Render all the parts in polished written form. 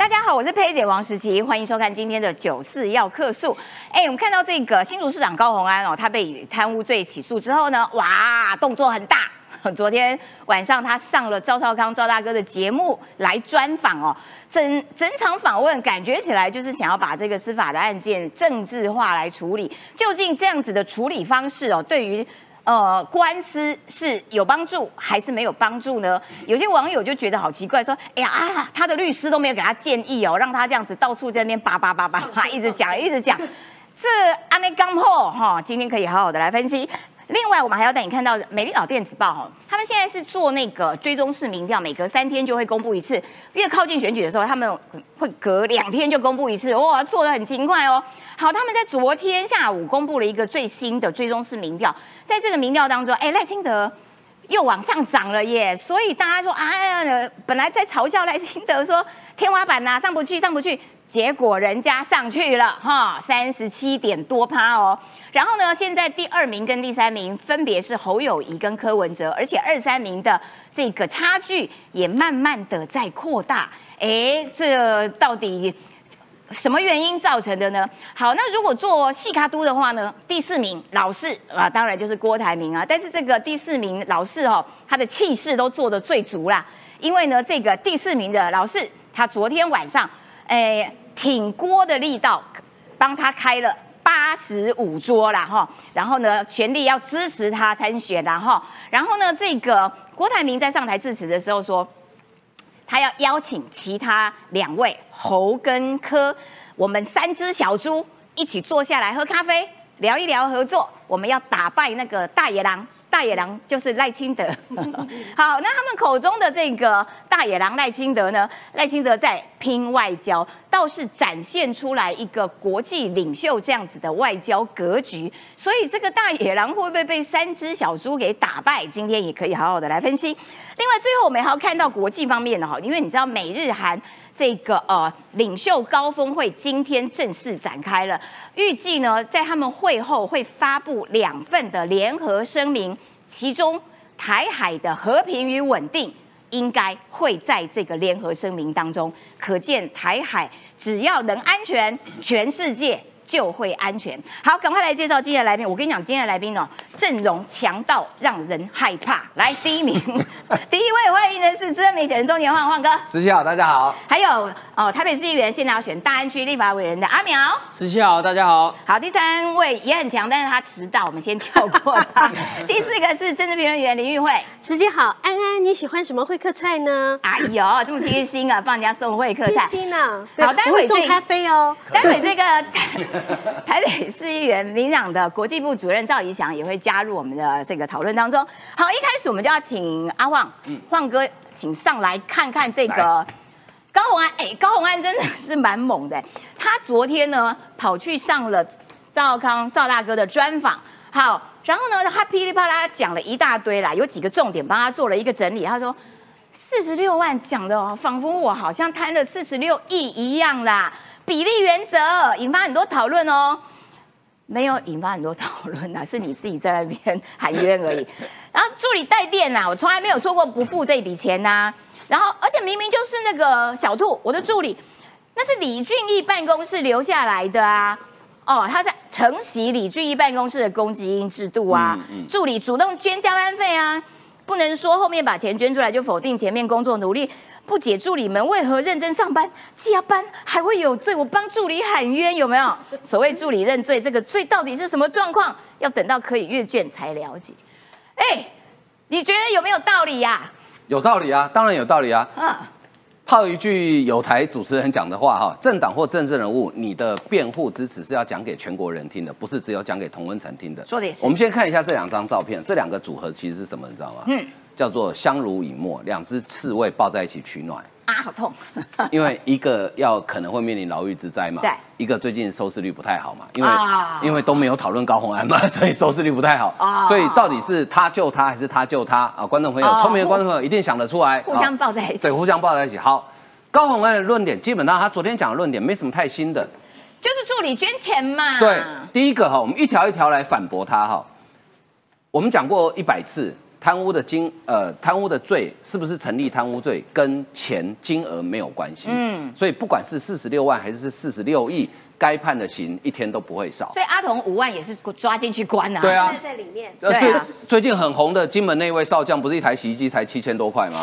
大家好，我是佩姐王时琪，欢迎收看今天的94要客诉。我们看到这个新竹市长高虹安哦，他被贪污罪起诉之后呢，哇，动作很大。昨天晚上他上了赵少康赵大哥的节目来专访哦，整场访问感觉起来就是想要把这个司法的案件政治化来处理。究竟这样子的处理方式哦，对于官司是有帮助还是没有帮助呢？有些网友就觉得好奇怪，说：“哎呀他的律师都没有给他建议哦，让他这样子到处在那边叭，一直讲。这安内刚后哈，今天可以好好的来分析。另外，我们还要带你看到美丽岛电子报哈，他们现在是做那个追踪式民调，每隔3天就会公布一次。越靠近选举的时候，他们会隔2天就公布一次，哇，做得很勤快哦。好，他们在昨天下午公布了一个最新的追踪式民调，在这个民调当中，赖清德又往上涨了耶，所以大家说本来在嘲笑赖清德说天花板呐、上不去，结果人家上去了哈，37点多%哦。然后呢，现在第2名跟第3名分别是侯友宜跟柯文哲，而且2、3名的这个差距也慢慢的在扩大。这到底什么原因造成的呢？好，那如果做细卡都的话呢，第4名老四啊，当然就是郭台铭啊。但是这个第4名老四哦，他的气势都做得最足啦，因为呢，这个第4名的老四，他昨天晚上挺郭的力道，帮他开了85桌啦哈，然后呢，全力要支持他参选啦哈。然后呢，这个郭台铭在上台致辞的时候说，他要邀请其他2位侯跟柯，我们3只小猪一起坐下来喝咖啡，聊一聊合作，我们要打败那个大野狼。大野狼就是赖清德。好，那他们口中的这个大野狼赖清德呢？赖清德在拼外交，倒是展现出来一个国际领袖这样子的外交格局。所以这个大野狼会不会被3只小猪给打败？今天也可以好好的来分析。另外，最后我们还要看到国际方面的哈，因为你知道美日韩这个领袖高峰会今天正式展开了，预计呢在他们会后会发布2份的联合声明，其中台海的和平与稳定应该会在这个联合声明当中，可见台海只要能安全，全世界就会安全。好，赶快来介绍今天的来宾。我跟你讲，今天的来宾哦，阵容强到让人害怕。来，第1名，第1位欢迎的是资深媒体人钟年晃哥。 时期好，大家好。 还有台北市议员现在要选大安区立法委员的阿苗。 时期好，大家好。 好，第3位也很强，但是他迟到，我们先跳过他。第4个是政治评论员林玉慧。 时期好，安安，你喜欢什么会客菜呢？ 哎呦，这么贴心啊，帮人家送会客菜。 贴心呢。 好，待会送咖啡哦。 待会这个台北市议员民党的国际部主任赵怡翔也会加入我们的这个讨论当中。好，一开始我们就要请阿晃，晃哥，请上来看看这个高虹安。高虹安真的是蛮猛的，他昨天呢跑去上了赵少康赵大哥的专访。好，然后呢他噼里啪啦讲了一大堆啦，有几个重点帮他做了一个整理。他说46万讲的哦，仿佛我好像贪了46亿一样啦。比例原则引发很多讨论哦，没有引发很多讨论啊，是你自己在那边喊冤而已。然后助理带电啊，我从来没有说过不付这笔钱呐。然后而且明明就是那个小兔，我的助理，那是李俊毅办公室留下来的啊。他在承袭李俊毅办公室的公积金制度啊，助理主动捐加班费啊。不能说后面把钱捐出来就否定前面工作努力，不解助理们为何认真上班加班还会有罪？我帮助理喊冤有没有？所谓助理认罪，这个罪到底是什么状况？要等到可以阅卷才了解。你觉得有没有道理呀？ 有道理啊，当然有道理啊。套一句有台主持人讲的话哈，政党或政治人物，你的辩护支持是要讲给全国人听的，不是只有讲给同温层听的。 说的也是。 我们先看一下这2张照片，这2个组合其实是什么，你知道吗？叫做相濡以沫，2只刺猬抱在一起取暖。 好痛！ 因为一个可能会面临牢狱之灾嘛，对，一个最近收视率不太好嘛，因为都没有讨论高虹安嘛，所以收视率不太好。所以到底是他救他还是他救他啊？观众朋友，聪明的观众朋友一定想得出来， 互相抱在一起。 对，互相抱在一起。好，高虹安的论点基本上他昨天讲的论点没什么太新的， 就是助理捐钱嘛。 对，第一个我们一条一条来反驳他哈。我们讲过100次。 贪污的罪是不是成立贪污罪，跟钱金额没有关系。所以不管是46万还是46亿，该判的刑一天都不会少。 所以阿童5万也是抓进去关啊。 对啊， 在里面。 对啊， 最近很红的金门那位少将，不是一台洗衣机才7000多块吗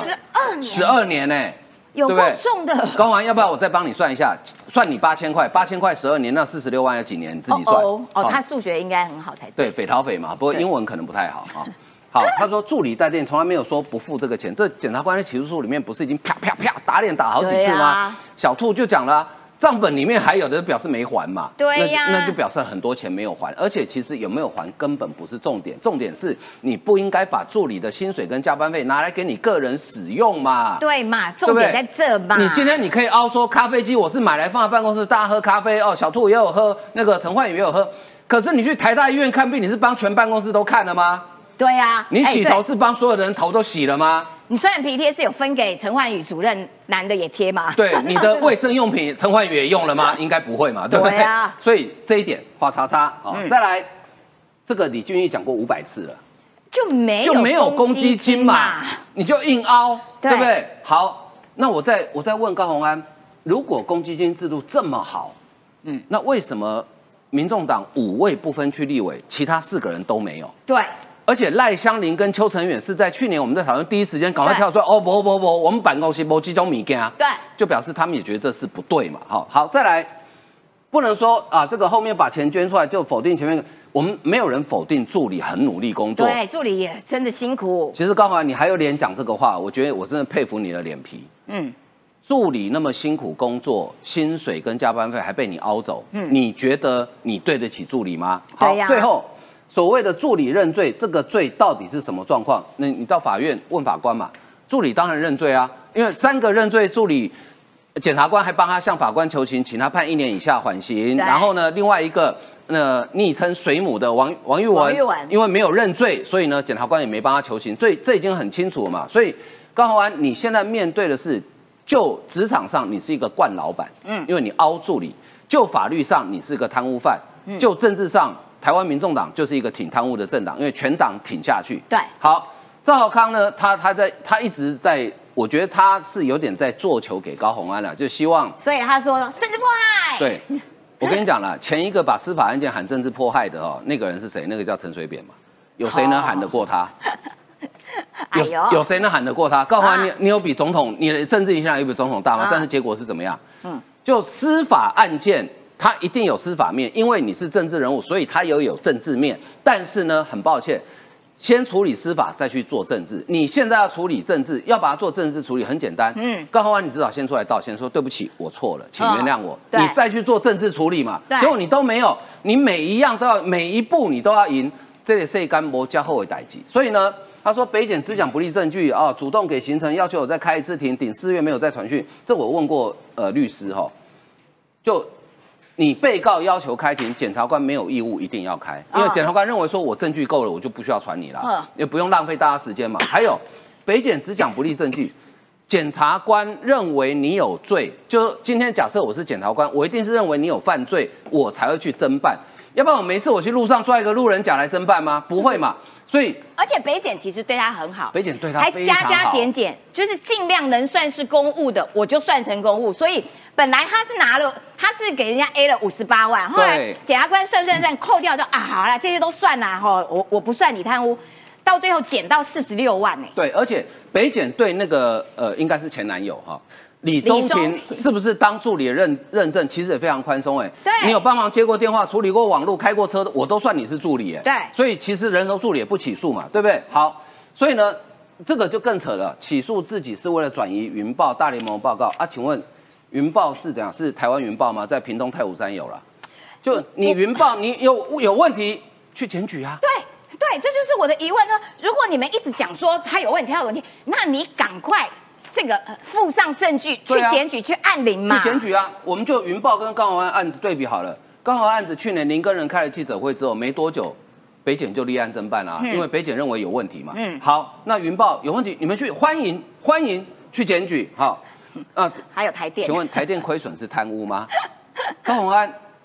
？12年呢。 有够重的。 高虹安，要不要我再帮你算一下？算你8000块，8000块12年，那46万要几年？你自己算。 他数学应该很好才对。对，匪逃匪嘛，不过英文可能不太好啊。好，他说助理代垫从来没有说不付这个钱，这检察官的起诉书里面不是已经啪啪啪打脸打好几次吗？小兔就讲了。账本里面还有的表示没还嘛？ 对呀， 那就表示很多钱没有还，而且其实有没有还根本不是重点，重点是你不应该把助理的薪水跟加班费拿来给你个人使用嘛？ 对嘛，重点在这嘛。 你今天你可以凹说咖啡机我是买来放在办公室大家喝咖啡哦，小兔也有喝，那个陈焕宇也有喝，可是你去台大医院看病，你是帮全办公室都看了吗？ 对呀， 你洗头是帮所有的人头都洗了吗？ 你虽然皮贴是有分给陈焕宇主任，男的也贴吗？ 对，你的卫生用品陈焕宇也用了吗？应该不会嘛，对不对？对啊。所以这一点画叉叉。好，再来，这个李俊毅讲过500次了， 就没有公积金嘛， 你就硬凹，对不对？好，那我再问高虹安，如果公积金制度这么好，那为什么民众党5位不分区立委，其他4个人都没有？对。而且赖香伶跟邱成远是在去年我们在讨论第一时间赶快跳出来，哦不，我们办公室没这种物件，对，就表示他们也觉得这是不对嘛。好，再来，不能说啊，这个后面把钱捐出来就否定前面，我们没有人否定助理很努力工作， 对，助理也真的辛苦。 其实高虹安你还有脸讲这个话，我觉得我真的佩服你的脸皮。助理那么辛苦工作，薪水跟加班费还被你凹走，你觉得你对得起助理吗？好，最后。所谓的助理认罪，这个罪到底是什么状况？那你到法院问法官嘛。助理当然认罪啊，因为3个认罪助理，检察官还帮他向法官求情，请他判1年以下缓刑。然后呢，另外一个昵称水母的王玉文，因为没有认罪，所以呢，检察官也没帮他求情。所以这已经很清楚了嘛。所以高虹安，你现在面对的是，就职场上你是一个惯老板，因为你凹助理；就法律上你是个贪污犯；就政治上。台湾民众党就是一个挺贪污的政党，因为全党挺下去。对，好，赵少康呢，他一直在，我觉得他是有点在做球给高虹安了，就希望。所以他说政治迫害。对，我跟你讲了，前一个把司法案件喊政治迫害的那个人是谁？那个叫陈水扁嘛，有谁能喊得过他？有谁能喊得过他？高虹安，你有比总统，你的政治影响力有比总统大吗？但是结果是怎么样？就司法案件。他一定有司法面，因为你是政治人物，所以他也有政治面。但是呢，很抱歉，先处理司法，再去做政治。你现在要处理政治，要把它做政治处理，很简单。高虹安，你至少先出来道歉，说对不起，我错了，请原谅我。你再去做政治处理嘛。结果你都没有，你每一样都要，每一步你都要赢，这里是干部加后尾代级。所以呢，他说北检只讲不利证据啊，主动给行程要求我再开一次庭，顶4月没有再传讯。这我问过律师就。你被告要求开庭，检察官没有义务一定要开，因为检察官认为说我证据够了，我就不需要传你了，也不用浪费大家时间嘛。还有，北检只讲不利证据，检察官认为你有罪，就今天假设我是检察官，我一定是认为你有犯罪，我才会去侦办，要不然我没事我去路上抓一个路人甲来侦办吗？不会嘛。所以，而且北检其实对他很好，北检对他还加减减，就是尽量能算是公务的，我就算成公务。所以本来他是给人家 A 了58万，后来检察官算扣掉就好啦，这些都算啦我不算你贪污，到最后减到46万对，而且北检对那个应该是前男友李宗廷是不是当助理的认证，其实也非常宽松对，你有帮忙接过电话、处理过网络、开过车的，我都算你是助理对，所以其实人头助理也不起诉嘛，对不对？好，所以呢，这个就更扯了，起诉自己是为了转移云豹大联盟报告啊？请问云豹是怎样？是台湾云豹吗？在屏东太武山有了，就你云豹你有问题去检举啊？对，这就是我的疑问呢。如果你们一直讲说他有问题，那你赶快。这个附上证据去检举、去按铃嘛？去检举啊！我们就云豹跟高虹安案子对比好了。高虹安案子去年林根仁开了记者会之后没多久，北检就立案侦办啦，因为北检认为有问题嘛。好，那云豹有问题，你们去欢迎去检举。好，还有台电，请问台电亏损是贪污吗？高虹安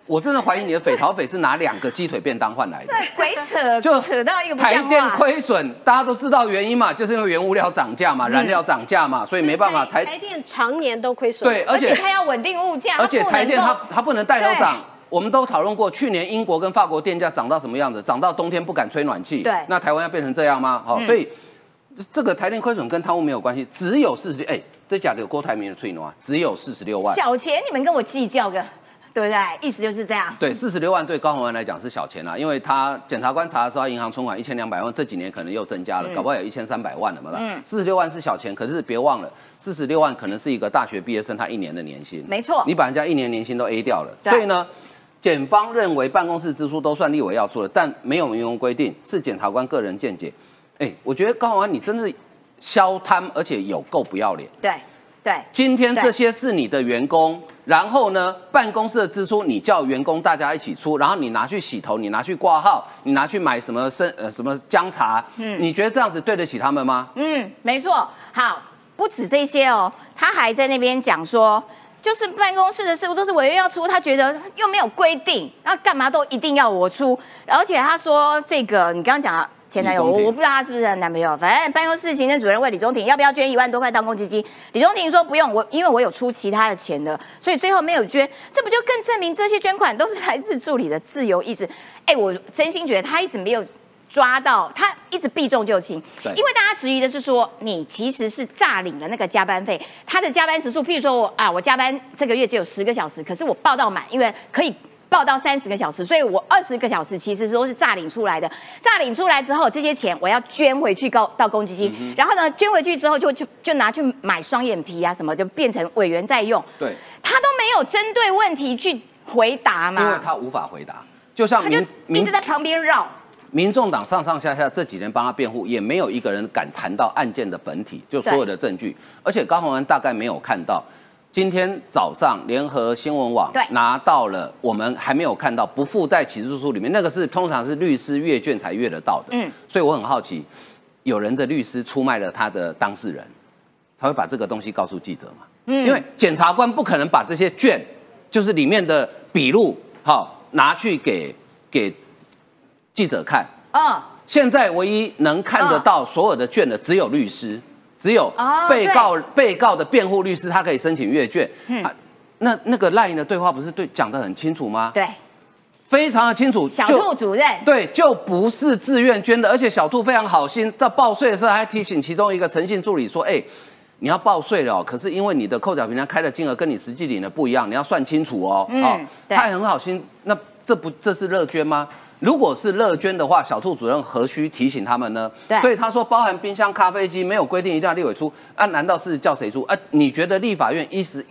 我真的怀疑你的匪逃匪是拿2个鸡腿便当换来的。 对，鬼扯，就扯到一个不像话。 台电亏损，大家都知道原因嘛，就是因为原物料涨价嘛，燃料涨价嘛，所以没办法。 台电常年都亏损。 对， 而且它要稳定物价， 而且台电它不能带头涨。我们都讨论过，去年英国跟法国电价涨到什么样子？涨到冬天不敢吹暖气。 对， 那台湾要变成这样吗？好，所以这个台电亏损跟贪污没有关系，只有46。这假的郭台铭的吹暖只有46万。 小钱你们跟我计较个。对不对？意思就是这样。 对，46万对高虹安来讲是小钱啦，因为他检察官查的时候，银行存款1200万，这几年可能又增加了，搞不好有1300万了嘛。46万是小钱，可是别忘了，46万可能是一个大学毕业生他1年的年薪。 没错， 你把人家1年年薪都 A 掉了，所以呢，检方认为办公室支出都算立委要出的，但没有明文规定，是检察官个人见解。我觉得高虹安你真是消贪，而且有够不要脸。 对， 今天这些是你的员工，然后呢，办公室的支出你叫员工大家一起出，然后你拿去洗头，你拿去挂号，你拿去买什么什么姜茶，你觉得这样子对得起他们吗？ 没错。好，不止这些哦，他还在那边讲说，就是办公室的事务都是委员要出，他觉得又没有规定，那干嘛都一定要我出，而且他说这个你刚刚讲前男友，我不知道他是不是男朋友，反正办公室行政主任问李宗廷要不要捐1万多块当公积金，李宗廷说不用，因为我有出其他的钱的，所以最后没有捐，这不就更证明这些捐款都是来自助理的自由意志？我真心觉得他一直没有抓到，他一直避重就轻，因为大家质疑的是说你其实是诈领了那个加班费，他的加班时数，譬如说我加班这个月只有10个小时，可是我报到满，因为可以报到30个小时，所以我20个小时其实都是诈领出来的。诈领出来之后，这些钱我要捐回去到公积金，然后呢，捐回去之后就拿去买双眼皮啊什么，就变成委员在用。 对， 他都没有针对问题去回答嘛， 因为他无法回答，就像他就一直在旁边绕。 民众党上上下下这几年帮他辩护，也没有一个人敢谈到案件的本体，就所有的证据，而且高虹安大概没有看到。今天早上，联合新闻网拿到了，我们还没有看到，不附在起诉书里面，那个是通常是律师阅卷才阅得到的。所以我很好奇，有人的律师出卖了他的当事人，才会把这个东西告诉记者嘛？因为检察官不可能把这些卷，就是里面的笔录，拿去给记者看。现在唯一能看得到所有的卷的，只有律师。只有被告的辩护律师，他可以申请阅卷。那个LINE的对话不是讲得很清楚吗？ 对， 非常的清楚。 小兔主任对，就不是自愿捐的，而且小兔非常好心，在报税的时候还提醒其中一个诚信助理说：“你要报税了，可是因为你的扣缴凭单开的金额跟你实际领的不一样，你要算清楚哦。”他还很好心，那这是乐捐吗？如果是乐捐的话，小兔主任何须提醒他们呢？所以他说包含冰箱、咖啡机，没有规定一定要立委出。难道是叫谁出？你觉得立法院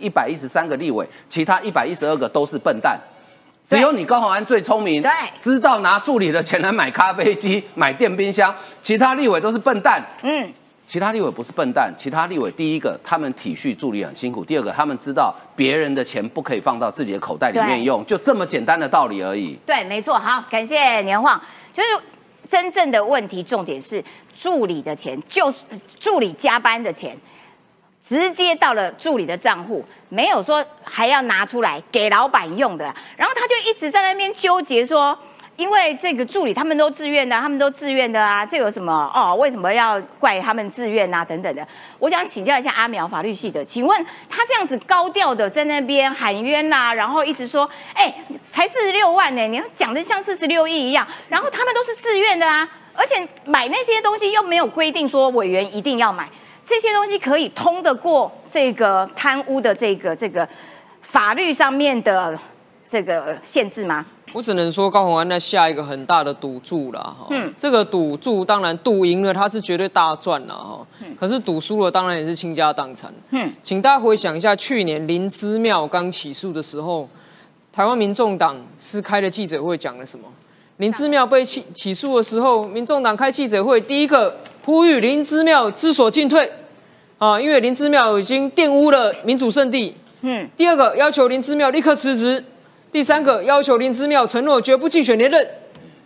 113个立委，其他112个都是笨蛋？只有你高虹安最聪明，知道拿助理的钱来买咖啡机、买电冰箱，其他立委都是笨蛋。其他立委不是笨蛋，其他立委第一个他们体恤助理很辛苦，第二个他们知道别人的钱不可以放到自己的口袋里面用，就这么简单的道理而已。 对，没错。好，感谢年晃。就是真正的问题重点是助理的钱，就是助理加班的钱，直接到了助理的账户，没有说还要拿出来给老板用的。然后他就一直在那边纠结说。因为这个助理他们都自愿的，这有什么为什么要怪他们自愿啊？等等的，我想请教一下阿苗法律系的，请问他这样子高调的在那边喊冤啦，然后一直说，才46万呢，你要讲的像46亿一样，然后他们都是自愿的啊，而且买那些东西又没有规定说委员一定要买，这些东西可以通得过这个贪污的这个法律上面的这个限制吗？ 我只能说高虹安在下一个很大的赌注啦，这个赌注当然赌赢了他是绝对大赚啦，可是赌输了当然也是倾家荡产。请大家回想一下，去年林姿妙刚起诉的时候，台湾民众党是开了记者会讲了什么？林姿妙被起诉的时候，民众党开记者会，第一个呼吁林姿妙知所进退，因为林姿妙已经玷污了民主圣地。第二个要求林姿妙立刻辞职。第三个要求林姿妙承诺绝不竞选连任。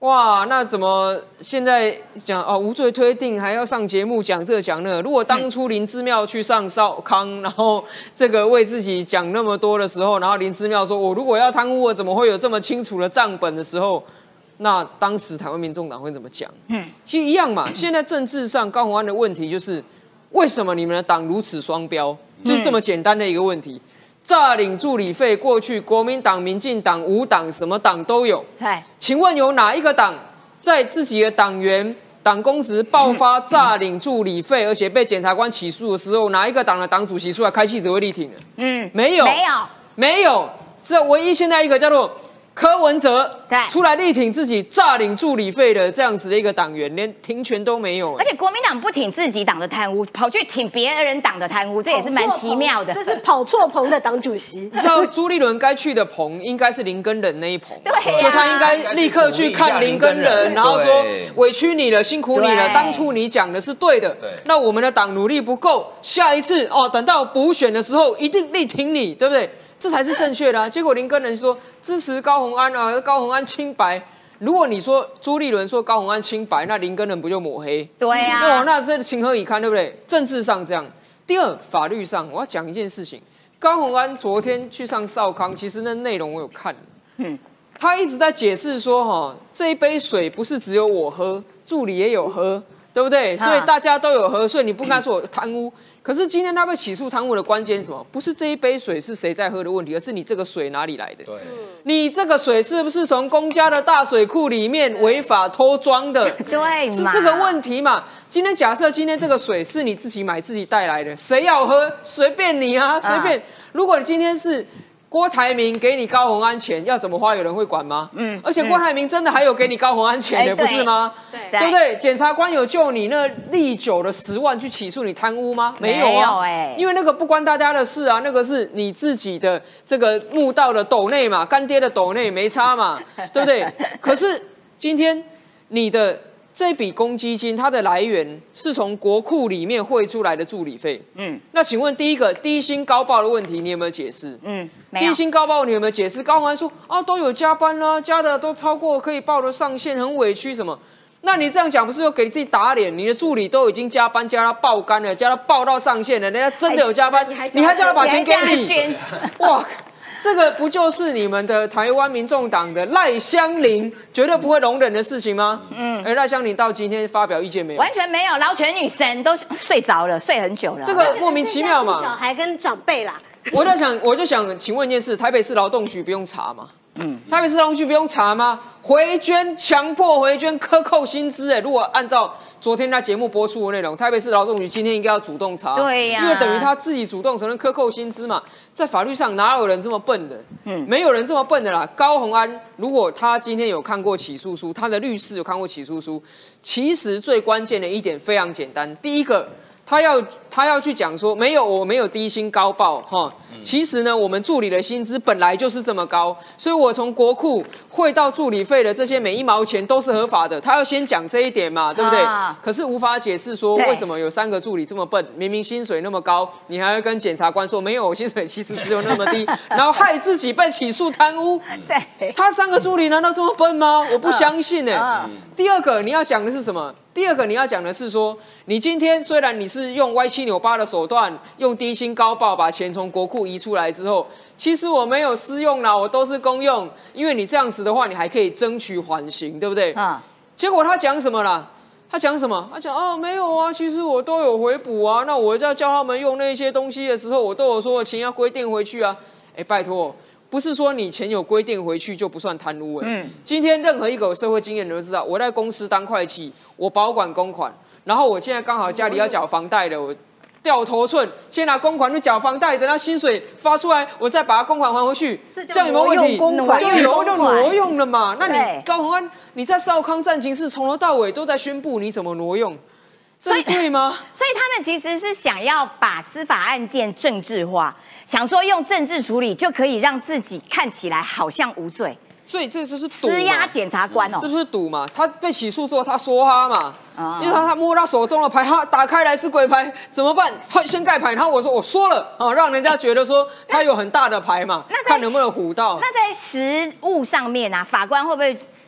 哇，那怎么现在讲无罪推定还要上节目讲这讲那？如果当初林姿妙去上少康，然后这个为自己讲那么多的时候，然后林姿妙说我如果要贪污，我怎么会有这么清楚的账本的时候，那当时台湾民众党会怎么讲？其实一样嘛。现在政治上高虹安的问题就是为什么你们的党如此双标，就是这么简单的一个问题。诈领助理费，过去国民党、民进党、无党什么党都有。请问有哪一个党在自己的党员、党公职爆发诈领助理费，而且被检察官起诉的时候，哪一个党的党主席出来开记者会力挺的？没有，没有。这唯一现在一个叫做柯文哲出来力挺自己诈领助理费的这样子的一个党员，连停权都没有。 而且国民党不挺自己党的贪污，跑去挺别人党的贪污，这也是蛮奇妙的。 这是跑错棚的党主席。 你知道朱立伦该去的棚应该是林耕仁那一棚， 对， 就他应该立刻去看林耕仁，然后说委屈你了，辛苦你了，当初你讲的是对的。那我们的党努力不够，下一次等到补选的时候一定力挺你，对不对？这才是正确的啊！结果林耕仁说支持高虹安啊，高虹安清白。如果你说朱立伦说高虹安清白，那林耕仁不就抹黑？ 对啊， 那这情何以堪，对不对？政治上这样。第二，法律上我要讲一件事情。高虹安昨天去上少康，其实那内容我有看，他一直在解释说这一杯水不是只有我喝，助理也有喝，对不对？所以大家都有喝，所以你不该说我贪污。可是今天他被起诉贪污的关键是什么？不是这一杯水是谁在喝的问题，而是你这个水哪里来的？对，你这个水是不是从公家的大水库里面违法偷装的？ 对， 是这个问题嘛？今天假设今天这个水是你自己买自己带来的，谁要喝随便你啊，随便。如果你今天是郭台铭给你高虹安钱，要怎么花有人会管吗？而且郭台铭真的还有给你高虹安钱的，不是吗？对不对？检察官有就你那历久的10万去起诉你贪污吗？没有啊，因为那个不关大家的事啊，那个是你自己的这个募到的斗内嘛，干爹的斗内没差嘛，对不对？可是今天你的这笔公积金，它的来源是从国库里面汇出来的助理费。那请问第一个低薪高报的问题，你有没有解释？低薪高报你有没有解释？高虹安说都有加班啦，加的都超过可以报的上限，很委屈什么？那你这样讲不是又给自己打脸？你的助理都已经加班加到爆肝了，加到爆到上限了，人家真的有加班，你还叫他把钱给你？哇！这个不就是你们的台湾民众党的赖香伶绝对不会容忍的事情吗？赖香伶到今天发表意见没有？ 完全没有，劳权女神都睡着了，睡很久了。 这个莫名其妙嘛。 小孩跟长辈啦。 我就想请问一件事：台北市劳动局不用查吗？台北市劳动局不用查吗？回捐强迫回捐克扣薪资，如果按照昨天他节目播出的内容，台北市劳动局今天应该要主动查， 对呀， 因为等于他自己主动承认克扣薪资嘛。在法律上哪有人这么笨的？没有人这么笨的啦。高虹安如果他今天有看过起诉书，他的律师有看过起诉书，其实最关键的一点非常简单，第一个。他要去讲说，我没有低薪高报其实呢，我们助理的薪资本来就是这么高，所以我从国库汇到助理费的这些每1毛钱都是合法的。他要先讲这一点嘛，对不对？可是无法解释说为什么有3个助理这么笨，明明薪水那么高，你还要跟检察官说没有，我薪水其实只有那么低，然后害自己被起诉贪污。对，他3个助理难道这么笨吗？我不相信第二个你要讲的是什么？第二个你要讲的是说，你今天虽然你是用歪七扭八的手段，用低薪高报把钱从国库移出来之后，其实我没有私用啦，我都是公用，因为你这样子的话，你还可以争取缓刑，对不对？结果他讲什么啦？他讲没有啊，其实我都有回补啊。那我要叫他们用那些东西的时候，我都有说钱要规定回去啊。拜托。不是说你钱有规定回去就不算贪污今天任何一个有社会经验的人都知道，我在公司当会计，我保管公款，然后我现在刚好家里要缴房贷的，我掉头寸，先拿公款去缴房贷，等到薪水发出来，我再把它公款还回去，这样有没有问题？就挪用了嘛。那你高虹安你在少康战情室从头到尾都在宣布，你怎么挪用？所以对吗？ 所以他们其实是想要把司法案件政治化，想说用政治处理就可以让自己看起来好像无罪。 所以这就是赌嘛， 施压检察官这就是赌嘛。他被起诉之后，他说他嘛，因为他摸他手中的牌，他打开来是鬼牌，怎么办？先盖牌，然后我说了让人家觉得说他有很大的牌嘛，看能不能唬到。 那在实务上面法官会不会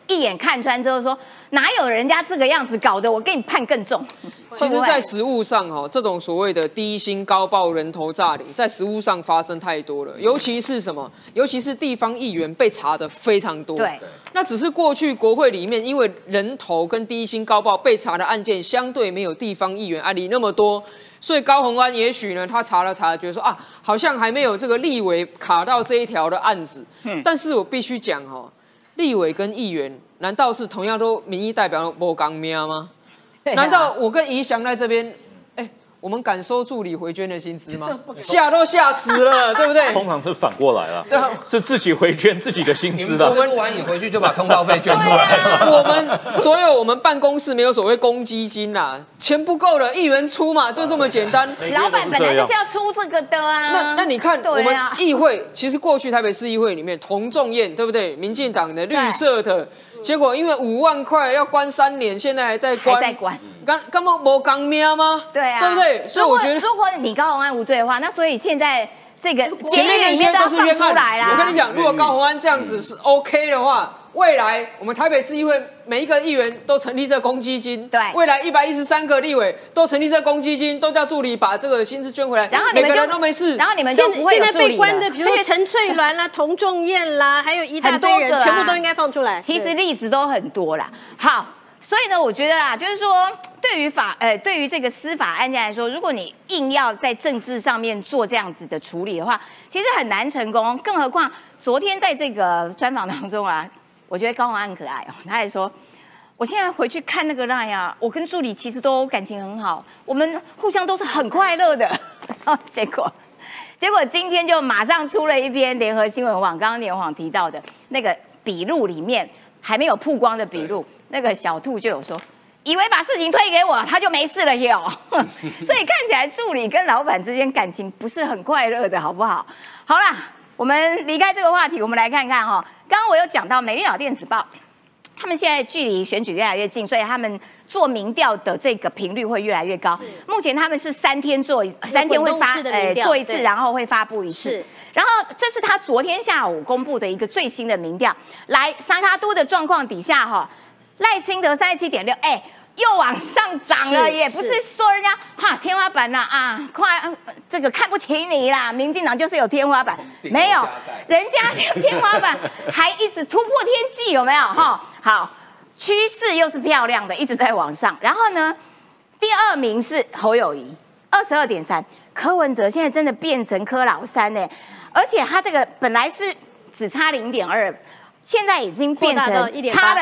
一眼看穿之后说，哪有人家这个样子搞的，我给你判更重。 其实，在实务上这种所谓的低薪高报、人头诈领，在实务上发生太多了。尤其是什么？尤其是地方议员被查的非常多。 对， 那只是过去国会里面，因为人头跟低薪高报被查的案件相对没有地方议员案例那么多，所以高虹安也许呢，他查了，觉得说啊，好像还没有这个立委卡到这一条的案子。但是我必须讲立委跟议员难道是同样都民意代表无同命吗？难道我跟宜祥在这边，我们敢收助理回捐的薪资吗？吓都吓死了，对不对？ 通常是反过来了，是自己回捐自己的薪资的。 我们录完影回去就把通告费捐出来了。 我们办公室没有所谓公积金啦，钱不够了，议员出嘛，就这么简单。 老板本来就是要出这个的啊。 那你看，我们议会其实过去台北市议会里面，童仲彦对不对？民进党的、绿色的。结果因为5万块要关3年，现在还在关，根本没讲命吗？ 对啊， 对不对？所以我觉得， 如果你高虹安无罪的话，那所以现在这个前面那些都是冤案。我跟你讲，如果高虹安这样子是 OK 的话，未来我们台北市议会每一个议员都成立这公积金， 对， 未来113个立委都成立这公积金，都叫助理把这个薪资捐回来， 然后每个人都没事， 然后你们就不会有助理了。 现在被关的，比如说陈翠鸾啦、童仲彦啦，还有一大堆人，全部都应该放出来。 其实例子都很多啦。好，所以呢，我觉得啦，就是说，对于这个司法案件来说，如果你硬要在政治上面做这样子的处理的话，其实很难成功。更何况昨天在这个专访当中啊。我觉得高虹安很可爱哦，他还说，我现在回去看那个 LINE 啊，我跟助理其实都感情很好，我们互相都是很快乐的。然后结果今天就马上出了一篇联合新闻网，刚刚联网提到的那个笔录里面还没有曝光的笔录，那个小兔就有说，以为把事情推给我，他就没事了耶。所以看起来助理跟老板之间感情不是很快乐的，好不好？好啦，我们离开这个话题，我们来看看刚刚我有讲到美丽岛电子报，他们现在距离选举越来越近，所以他们做民调的这个频率会越来越高。目前他们是3天做，3天会做一次，然后会发布一次。然后这是他昨天下午公布的一个最新的民调。来，三卡都的状况底下赖清德37.6，又往上涨了，也不是说人家天花板啦这个看不起你啦，民进党就是有天花板，没有，人家天花板还一直突破天际，有没有好，趋势又是漂亮的，一直在往上。然后呢，第2名是侯友宜22.3，柯文哲现在真的变成柯老三而且他这个本来是只差0.2，现在已经变成差了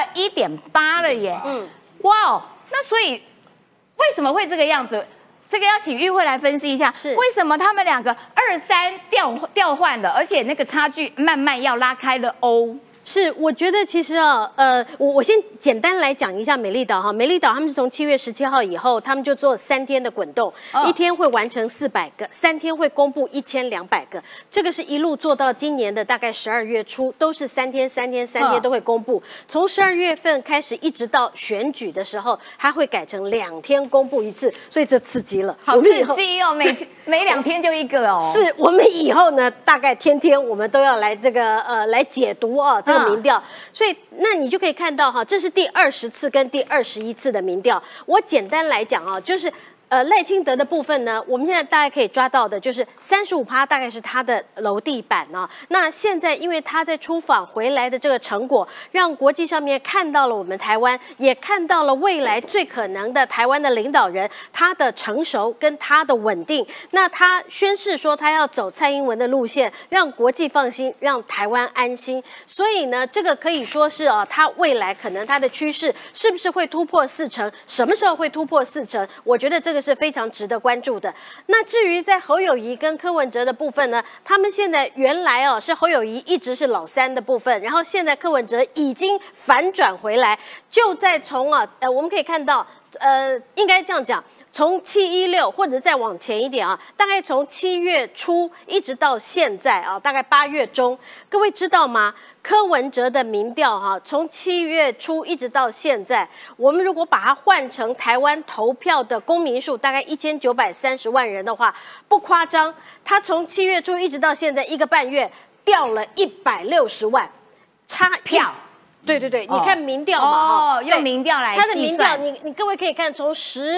1.8了耶，哇！那所以为什么会这个样子？这个要请玉慧来分析一下，为什么他们两个2、3调换了，而且那个差距慢慢要拉开了哦。 是，我觉得其实我先简单来讲一下美丽岛美丽岛他们是从7月17号以后，他们就做3天的滚动，1天会完成400个，3天会公布1200个，这个是一路做到今年的大概12月初，都是3天都会公布。从12月份开始，一直到选举的时候，它会改成2天公布一次，所以这刺激了。 好刺激哦，每2天就一个哦。 是我们以后呢，大概天天我们都要来这个来解读这个民调，所以那你就可以看到这是第20次跟第21次的民调。我简单来讲就是赖清德的部分呢，我们现在大概可以抓到的就是35%，大概是他的楼地板那现在因为他在出访回来的这个成果，让国际上面看到了我们台湾，也看到了未来最可能的台湾的领导人，他的成熟跟他的稳定。那他宣示说他要走蔡英文的路线，让国际放心，让台湾安心。所以呢，这个可以说是他未来可能他的趋势是不是会突破40%？什么时候会突破40%？我觉得这个是非常值得关注的。那至于在侯友宜跟柯文哲的部分呢，他们现在原来是侯友宜一直是老三的部分，然后现在柯文哲已经反转回来，就在从我们可以看到应该这样讲，从716或者再往前一点大概从7月初一直到现在大概8月中，各位知道吗？柯文哲的民调从7月初一直到现在，我们如果把它换成台湾投票的公民数，大概1930万人的话，不夸张，他从7月初一直到现在1个半月掉了160万，差票。 对对对，你看民调嘛， 用民调来计算， 它的民调，你各位可以看，从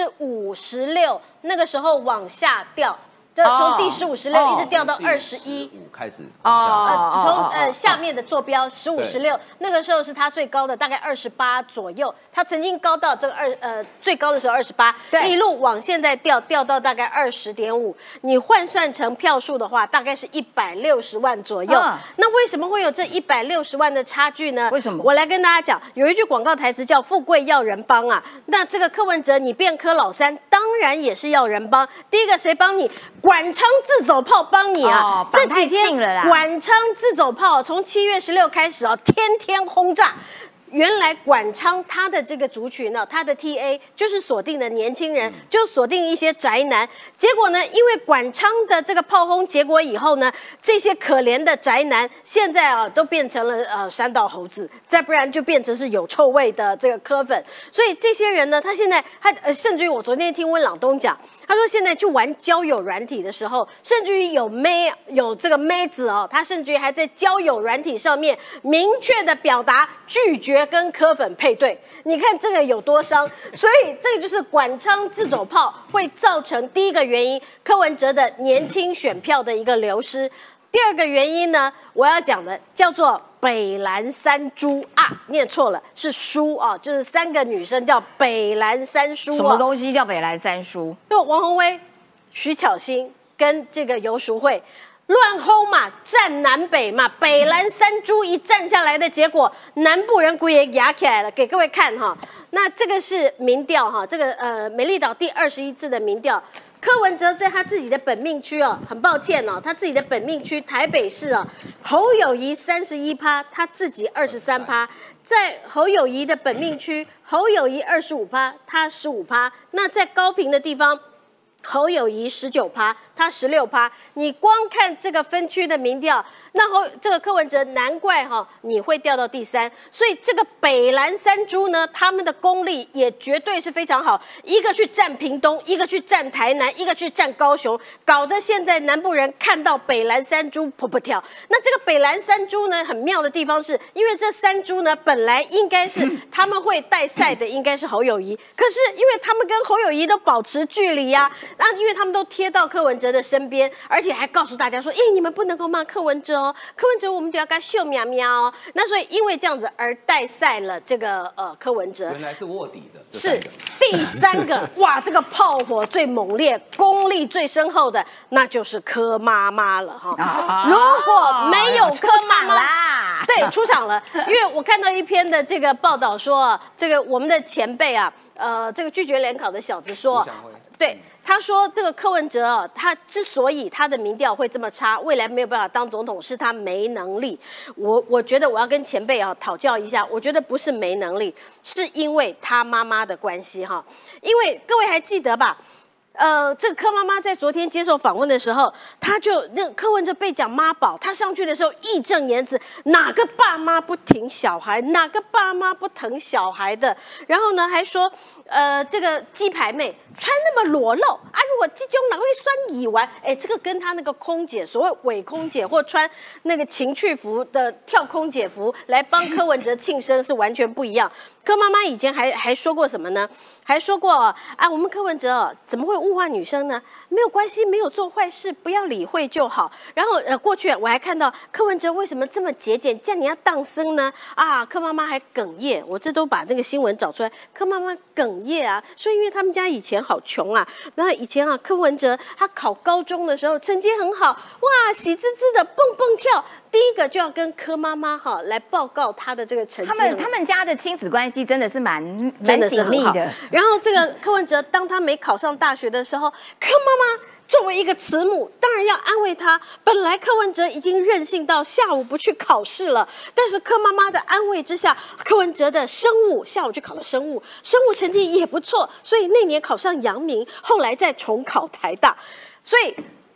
15、16那个时候往下掉。从第15、16一直掉到21 开始从下面的坐标15、16那个时候是它最高的，大概28左右。它曾经高到这个最高的时候28，一路往现在掉到大概20.5。你换算成票数的话，大概是160万左右。那为什么会有这160万的差距呢？ 为什么？ 我来跟大家讲，有一句广告台词叫"富贵要人帮"啊。那这个柯文哲，你变柯老三，当然也是要人帮。第一个谁帮你？管昌自走炮帮你啊！这几天管昌自走炮从7月16开始啊，天天轰炸。原来管昌他的这个族群呢，他的 TA 就是锁定的年轻人，就锁定一些宅男。结果呢，因为管昌的这个炮轰结果以后呢，这些可怜的宅男现在啊都变成了山道猴子，再不然就变成是有臭味的这个柯粉。所以这些人呢，他现在甚至于我昨天听温朗东讲，他说现在去玩交友软体的时候，甚至于有这个妹子哦，他甚至于还在交友软体上面明确的表达拒绝跟柯粉配对，你看这个有多伤，所以这个就是管昌自走炮会造成第一个原因，柯文哲的年轻选票的一个流失。第二个原因呢，我要讲的叫做北蓝三猪啊，念错了，是叔啊，就是3个女生叫北蓝三叔。 什么东西叫北蓝三叔？ 就王宏威、徐巧芯跟这个游淑慧。乱轰嘛，站南北嘛，北蓝三猪一站下来的结果，南部人鬼也压起来了，给各位看哈。那这个是民调哈，这个美丽岛第21次的民调，柯文哲在他自己的本命区哦，很抱歉哦，他自己的本命区台北市啊，侯友宜31%，他自己23%，在侯友宜的本命区，侯友宜25%，他15%，那在高屏的地方。侯友宜19%，他16%。你光看这个分区的民调，那这个柯文哲难怪你会掉到第3。所以这个北蓝三猪呢，他们的功力也绝对是非常好，一个去占屏东，一个去占台南，一个去占高雄，搞得现在南部人看到北蓝三猪噗噗跳。那这个北蓝三猪呢，很妙的地方是，因为这3猪呢本来应该是他们会带赛的，应该是侯友宜，可是因为他们跟侯友宜都保持距离啊。那因为他们都贴到柯文哲的身边，而且还告诉大家说：“你们不能够骂柯文哲哦，柯文哲我们都要给他秀喵喵哦。”那所以因为这样子而带赛了这个柯文哲， 原来是卧底的， 是第3个哇，这个炮火最猛烈、功力最深厚的，那就是柯妈妈了哈。如果没有柯妈妈，对，出场了，因为我看到一篇的这个报道说，这个我们的前辈啊，这个拒绝联考的小子说。对，他说这个柯文哲啊，他之所以他的民调会这么差，未来没有办法当总统，是他没能力。我觉得我要跟前辈啊讨教一下，我觉得不是没能力，是因为他妈妈的关系哈。因为各位还记得吧？这个柯妈妈在昨天接受访问的时候，她就那柯文哲被讲妈宝，她上去的时候义正言辞，哪个爸妈不挺小孩，哪个爸妈不疼小孩的？然后呢，还说这个鸡排妹穿那么裸露啊，如果这种哪会酸乙烷？这个跟她那个空姐，所谓伪空姐或穿那个情趣服的跳空姐服来帮柯文哲庆生是完全不一样。柯妈妈以前还说过什么呢？还说过啊，我们柯文哲怎么会物化女生呢？没有关系，没有做坏事，不要理会就好。然后过去我还看到柯文哲为什么这么节俭，叫你要当生呢？啊，柯妈妈还哽咽，我这都把这个新闻找出来。柯妈妈哽咽啊，说因为他们家以前好穷啊，然后以前啊，柯文哲他考高中的时候成绩很好，哇，喜滋滋的蹦蹦跳。第一个就要跟柯妈妈来报告他的这个成绩。 他们家的亲子关系真的是蛮紧密的。 然后这个柯文哲当他没考上大学的时候，柯妈妈作为一个慈母，当然要安慰他。本来柯文哲已经任性到下午不去考试了，但是柯妈妈的安慰之下，柯文哲的生物下午去考了生物成绩也不错，所以那年考上阳明，后来再重考台大，所以。柯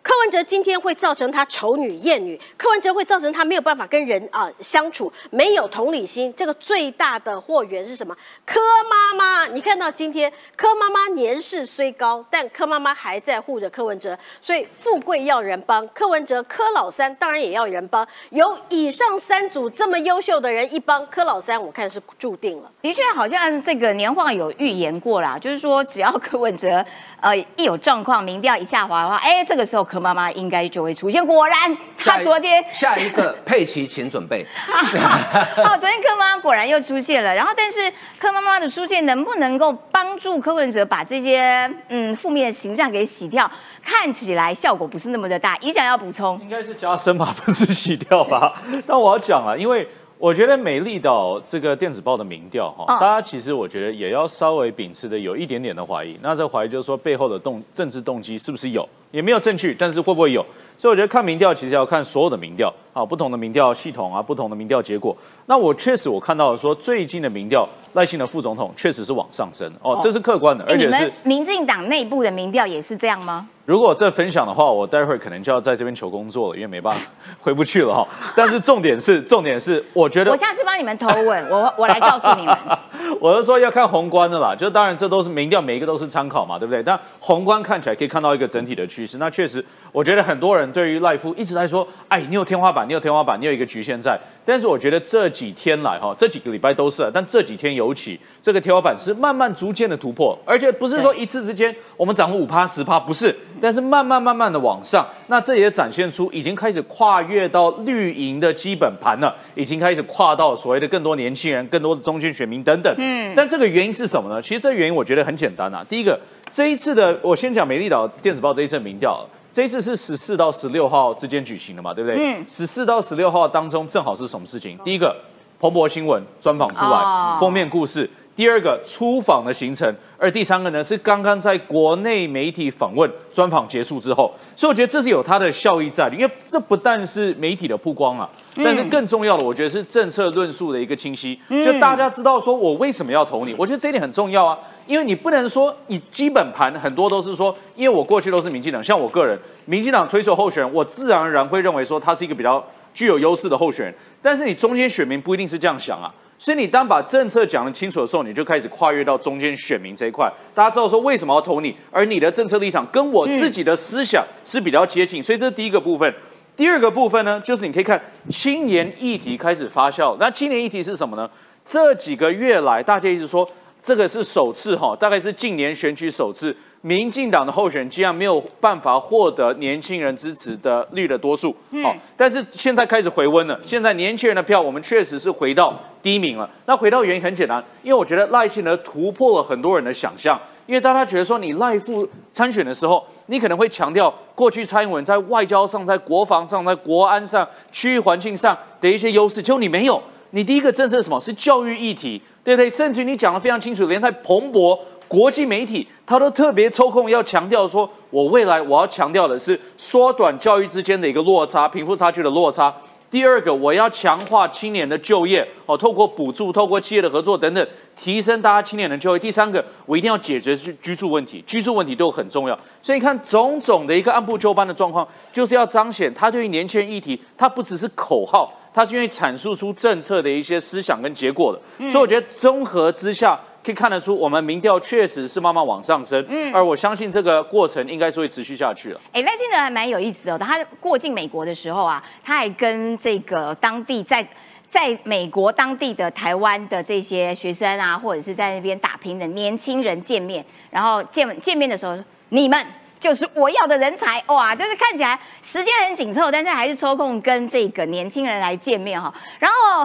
柯文哲今天会造成他丑女厌女，柯文哲会造成他没有办法跟人相处，没有同理心。这个最大的祸源是什么？柯妈妈，你看到今天柯妈妈年事虽高，但柯妈妈还在护着柯文哲，所以富贵要人帮，柯文哲柯老三当然也要人帮。有以上3组这么优秀的人一帮，柯老三我看是注定了。 的确，好像这个年晃有预言过啦，就是说只要柯文哲一有状况，民调一下滑的话，这个时候柯妈妈应该就会出现。果然，他昨天下一个佩奇，请准备。 昨天柯妈妈果然又出现了。然后，但是柯妈妈的出现能不能够帮助柯文哲把这些负面的形象给洗掉？看起来效果不是那么的大。怡翔要补充， 应该是加深吧，不是洗掉吧？但我要讲啊，因为我觉得美丽岛这个电子报的民调大家其实我觉得也要稍微秉持的有一点点的怀疑。那这怀疑就是说背后的政治动机是不是有，也没有证据，但是会不会有？所以我觉得看民调其实要看所有的民调不同的民调系统不同的民调结果。那我确实我看到了说最近的民调赖清德副总统确实是往上升这是客观的，而且是民进党内部的民调也是这样吗？ 如果这分享的话，我待会儿可能就要在这边求工作了，因为没办法回不去了但是重点是，我觉得我下次帮你们投稳，我来告诉你们。 我是说要看宏观的啦，就当然这都是民调，每一个都是参考嘛，对不对？但宏观看起来可以看到一个整体的趋势。那确实，我觉得很多人对于赖夫一直在说，你有天花板，你有天花板，你有一个局限在。但是我觉得这几天来这几个礼拜都是，但这几天尤其这个天花板是慢慢逐渐的突破，而且不是说一次之间我们涨了5%、10%，不是。但是慢慢的往上，那这也展现出已经开始跨越到绿营的基本盘了，已经开始跨到所谓的更多年轻人、更多的中间选民等等。但这个原因是什么呢？其实这个原因我觉得很简单第一个，这一次的我先讲美丽岛电子报这一次的民调，这一次是14到16号之间举行的嘛，对不对？14到16号当中正好是什么事情？第一个，彭博新闻专访出来，封面故事。第二个出访的行程，而第三个呢是刚刚在国内媒体访问专访结束之后，所以我觉得这是有它的效益在的，因为这不但是媒体的曝光但是更重要的，我觉得是政策论述的一个清晰，就大家知道说我为什么要投你，我觉得这一点很重要因为你不能说你基本盘很多都是说，因为我过去都是民进党，像我个人，民进党推出候选人，我自然而然会认为说他是一个比较具有优势的候选人，但是你中间选民不一定是这样想所以你当把政策讲得清楚的时候，你就开始跨越到中间选民这一块，大家知道说为什么要投你，而你的政策立场跟我自己的思想是比较接近，所以这是第一个部分。第二个部分呢，就是你可以看青年议题开始发酵。那青年议题是什么呢？这几个月来，大家一直说这个是首次大概是近年选举首次，民进党的候选人竟然没有办法获得年轻人支持的率的多数。但是现在开始回温了，现在年轻人的票我们确实是回到第一名了。那回到原因很简单，因为我觉得赖清德突破了很多人的想象。因为大家觉得说你赖副参选的时候，你可能会强调过去蔡英文在外交上、在国防上、在国安上、区域环境上的一些优势，结果你没有。你第一个政策是什么？是教育议题，对不对？甚至于你讲得非常清楚，连在彭博国际媒体，他都特别抽空要强调说，我未来我要强调的是缩短教育之间的一个落差、贫富差距的落差。第二个，我要强化青年的就业，透过补助、透过企业的合作等等，提升大家青年的就业。第三个，我一定要解决居住问题，居住问题都很重要。所以你看，种种的一个按部就班的状况，就是要彰显他对于年轻人议题，他不只是口号，他是愿意阐述出政策的一些思想跟结果的。所以我觉得综合之下，可以看得出，我们民调确实是慢慢往上升，而我相信这个过程应该是会持续下去了。 赖清德还蛮有意思的，他过境美国的时候他还跟这个当地在美国当地的台湾的这些学生或者是在那边打拼的年轻人见面，然后见面的时候，你们就是我要的人才，哇，就是看起来时间很紧凑，但是还是抽空跟这个年轻人来见面然后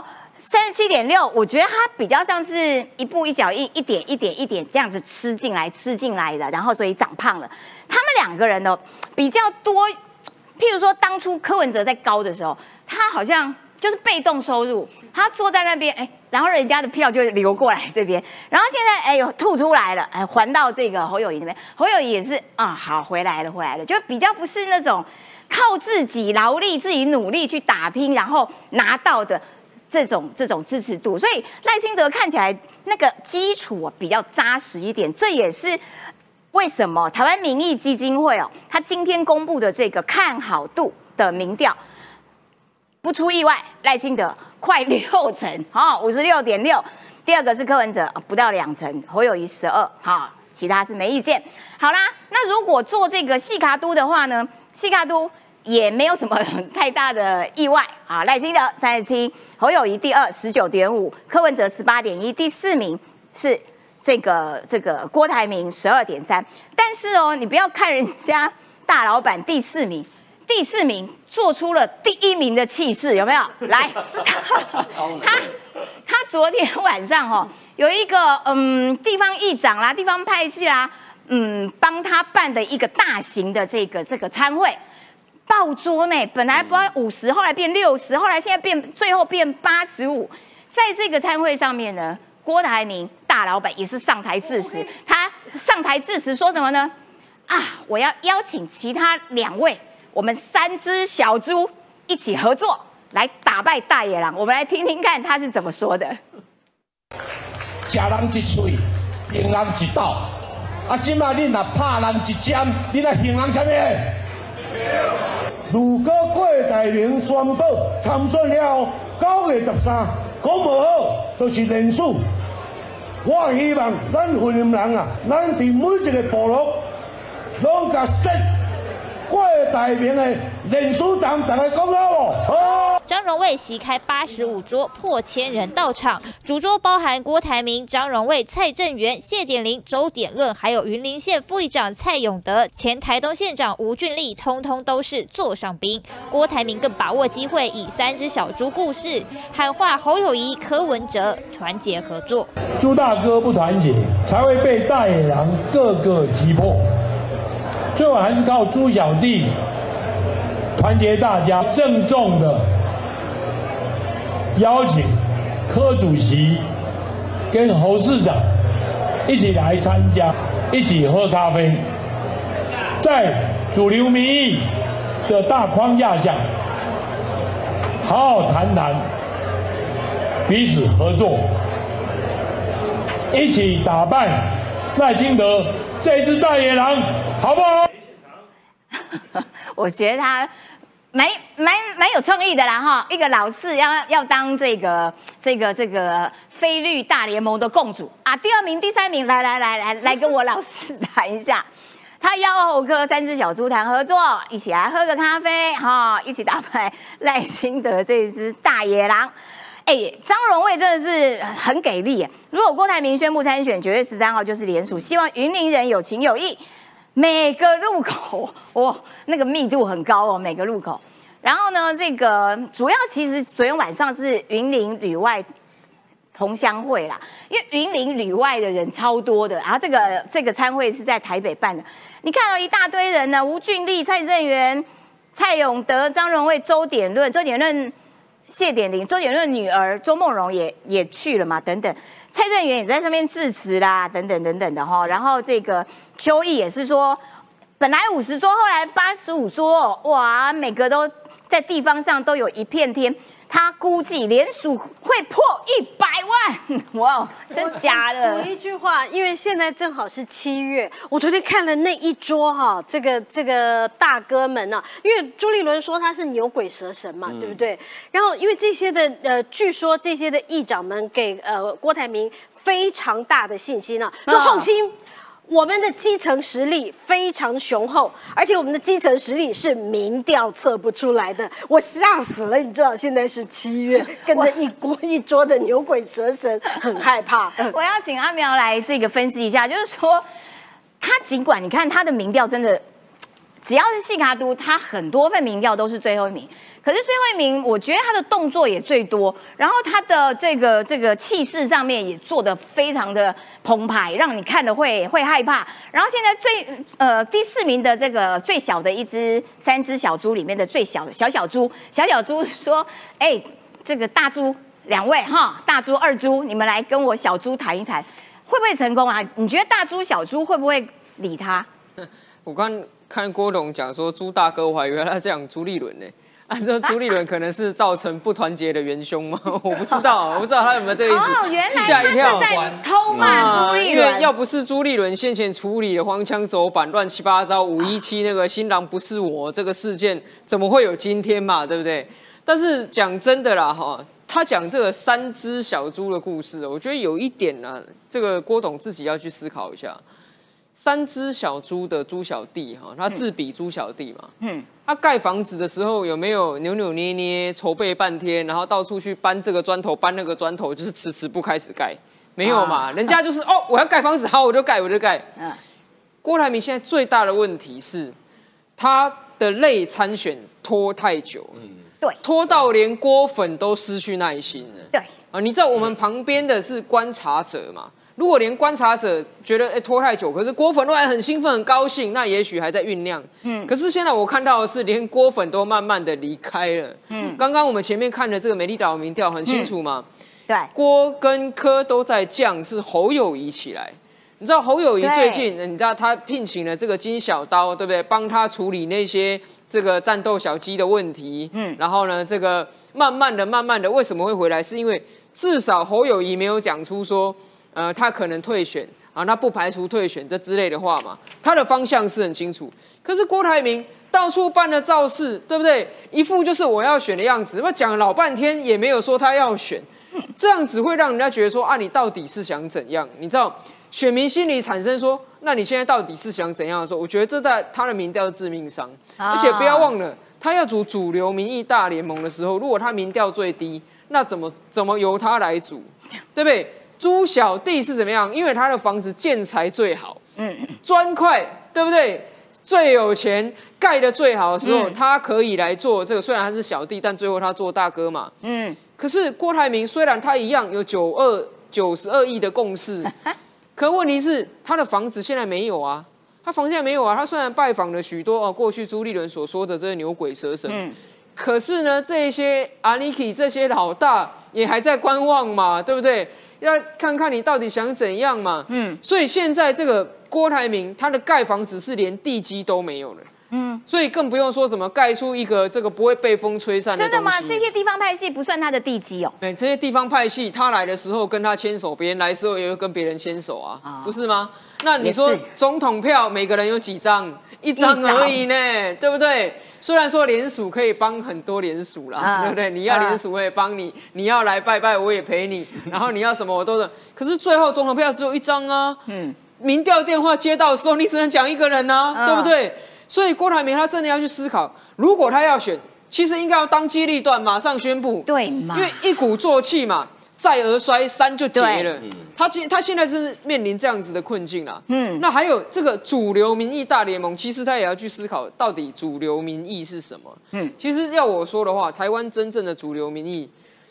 37.6，我觉得它比较像是一步一脚印，一点这样子吃进来的，然后所以长胖了。他们两个人呢比较多，譬如说当初柯文哲在高的时候，他好像就是被动收入，他坐在那边，然后人家的票就流过来这边，然后现在有吐出来了，还到这个侯友宜那边，侯友宜也是好回来了，就比较不是那种靠自己劳力、自己努力去打拼，然后拿到的。这种支持度，所以赖清德看起来那个基础比较扎实一点，这也是为什么台湾民意基金会他今天公布的这个看好度的民调，不出意外，赖清德快60%，56.6%。第二个是柯文哲，不到2%，侯友宜12%，其他是没意见。好啦，那如果做这个细卡都的话呢，细卡都也没有什么太大的意外啊。赖清德37%，侯友宜第2 19.5%，柯文哲18.1%，第4名是这个郭台铭12.3%。但是你不要看人家大老板第4名。第4名做出了第1名的气势，有没有？来，他昨天晚上有一个地方议长啦、地方派系啦，帮他办的一个大型的这个餐会，爆桌呢，本来不要50，后来变60，后来现在最后变85。在这个餐会上面呢，郭台铭大老板也是上台致辞，他上台致辞说什么呢？我要邀请其他2位。我们3只小猪一起合作来打败大野狼，我们来听听看他是怎么说的。 吃人一喙，赢人一斗。今仔恁若拍人一针，恁若赢人啥物？如果郭台铭宣布参选了9月13，讲无好，就是连署。我希望咱云林人咱伫每一个部落，拢甲说。郭台铭的连署长，大家讲好不？ 张荣卫席开85桌，破1000人到场。主桌包含郭台铭、张荣卫、蔡正元、谢点玲、周点论，还有云林县副议长蔡永德、前台东县长吴俊立，通通都是座上宾。郭台铭更把握机会，以3只小猪故事喊话侯友宜、柯文哲团结合作。 猪大哥不团结，才会被大野狼个个击破。最后还是靠猪小弟团结大家，郑重的邀请柯主席跟侯市长一起来参加，一起喝咖啡，在主流民意的大框架下，好好谈谈彼此合作，一起打败赖清德这只大野狼，好不好？ 我觉得他蛮有创意的啦一个老四要当这个非绿大联盟的共主啊，第2名、第3名来跟我老四谈一下。他邀侯柯3只小猪谈合作，一起来喝个咖啡一起打败赖清德这只大野狼。张荣卫真的是很给力。如果郭台铭宣布参选，9月13号就是联署，希望云林人有情有义。每个路口那个密度很高每个路口。然后呢，这个主要其实昨天晚上是云林旅外同乡会啦，因为云林旅外的人超多的，然后这个餐会是在台北办的，你看到一大堆人呢，吴俊立、蔡正元、蔡永德、张荣卫、周点论、谢点玲、周点论女儿周梦蓉也去了嘛，等等。蔡正元也在上面致辞啦，等等的然后这个邱毅也是说，本来50桌，后来85桌，哇，每个都在地方上都有一片天。他估计联署会破100万，哇，真假的？ 补一句话，因为现在正好是7月，我昨天看了那一桌这个大哥们因为朱立伦说他是牛鬼蛇神嘛，对不对？然后因为这些的据说这些的议长们给郭台铭非常大的信心说放心。我们的基层实力非常雄厚，而且我们的基层实力是民调测不出来的，我吓死了。你知道现在是7月，跟着一桌的牛鬼蛇神，很害怕。 我要请阿苗来这个分析一下，就是说，他尽管你看他的民调真的，只要是细卡都，他很多份民调都是最后1名。可是最后1名，我觉得他的动作也最多，然后他的这个气势上面也做得非常的澎湃，让你看了会害怕。然后现在第4名的这个最小的3只小猪里面的最小的小猪说，这个大猪2位大猪2猪，你们来跟我小猪谈一谈，会不会成功啊？你觉得大猪小猪会不会理他？ 我刚看郭董讲说猪大哥，我还以为他在讲朱立伦呢。 按照朱立伦可能是造成不团结的元凶吗？我不知道，我不知道他有没有这个意思。 哦，原来吓一跳， 他是在偷骂朱立因为伦。 要不是朱立伦先前处理了荒腔走板、乱七八糟517那个新郎不是我这个事件，怎么会有今天嘛？对不对？但是讲真的啦，哈。他讲这个3只小猪的故事，我觉得有一点呢，这个郭董自己要去思考一下。3只小猪的猪小弟哈，他自比猪小弟嘛，他盖房子的时候有没有扭扭捏捏筹备半天，然后到处去搬这个砖头搬那个砖头，就是迟迟不开始盖？没有嘛，人家就是哦，我要盖房子，好，我就盖。郭台铭现在最大的问题是，他的类参选拖太久。 对， 拖到连郭粉都失去耐心了。 对啊，你知道我们旁边的是观察者嘛？如果连观察者觉得拖太久，可是郭粉都还很兴奋、很高兴，那也许还在酝酿。可是现在我看到的是，连郭粉都慢慢的离开了。刚刚我们前面看的这个美丽岛民调很清楚嘛？ 对， 郭跟柯都在降，是侯友宜起来。你知道侯友宜最近，你知道他聘请了这个金小刀，对不对？帮他处理那些这个战斗小鸡的问题。然后呢，这个慢慢的，为什么会回来？是因为至少侯友宜没有讲出说，他可能退选啊，那不排除退选这之类的话嘛。他的方向是很清楚。可是郭台铭到处办了造势，对不对？一副就是我要选的样子，那讲了老半天也没有说他要选，这样子会让人家觉得说啊，你到底是想怎样？你知道？选民心里产生说，那你现在到底是想怎样的时候？我觉得这在他的民调是致命伤，而且不要忘了，他要组主流民意大联盟的时候，如果他民调最低，那怎么由他来组，对不对？朱小弟是怎么样？因为他的房子建材最好，砖块对不对？最有钱，盖得最好的时候，他可以来做这个。虽然他是小弟，但最后他做大哥嘛。可是郭台铭虽然他一样有92亿的共识。可问题是，他的房子现在没有啊，他房价没有啊。他虽然拜访了许多过去朱立伦所说的这些牛鬼蛇神，可是呢，这些阿尼基这些老大也还在观望嘛，对不对？要看看你到底想怎样嘛。所以现在这个郭台铭，他的盖房子是连地基都没有了。所以更不用说什么盖出一个这个不会被风吹散的东西。 真的吗？这些地方派系不算他的地基哦。 对，这些地方派系，他来的时候跟他牵手，别人来的时候也会跟别人牵手啊，不是吗？那你说总统票每个人有几张？1张而已呢，对不对？虽然说联署可以帮很多联署啦，对不对？你要联署我也帮你，你要来拜拜我也陪你，然后你要什么我都是。可是最后总统票只有1张啊。民调电话接到的时候，你只能讲一个人啊，对不对？所以郭台铭他真的要去思考，如果他要选，其实应该要当机立断，马上宣布， 对嘛？ 因为一鼓作气嘛，再而衰，3就结了。他现在是面临这样子的困境啦。那还有这个主流民意大联盟，其实他也要去思考，到底主流民意是什么？其实要我说的话，台湾真正的主流民意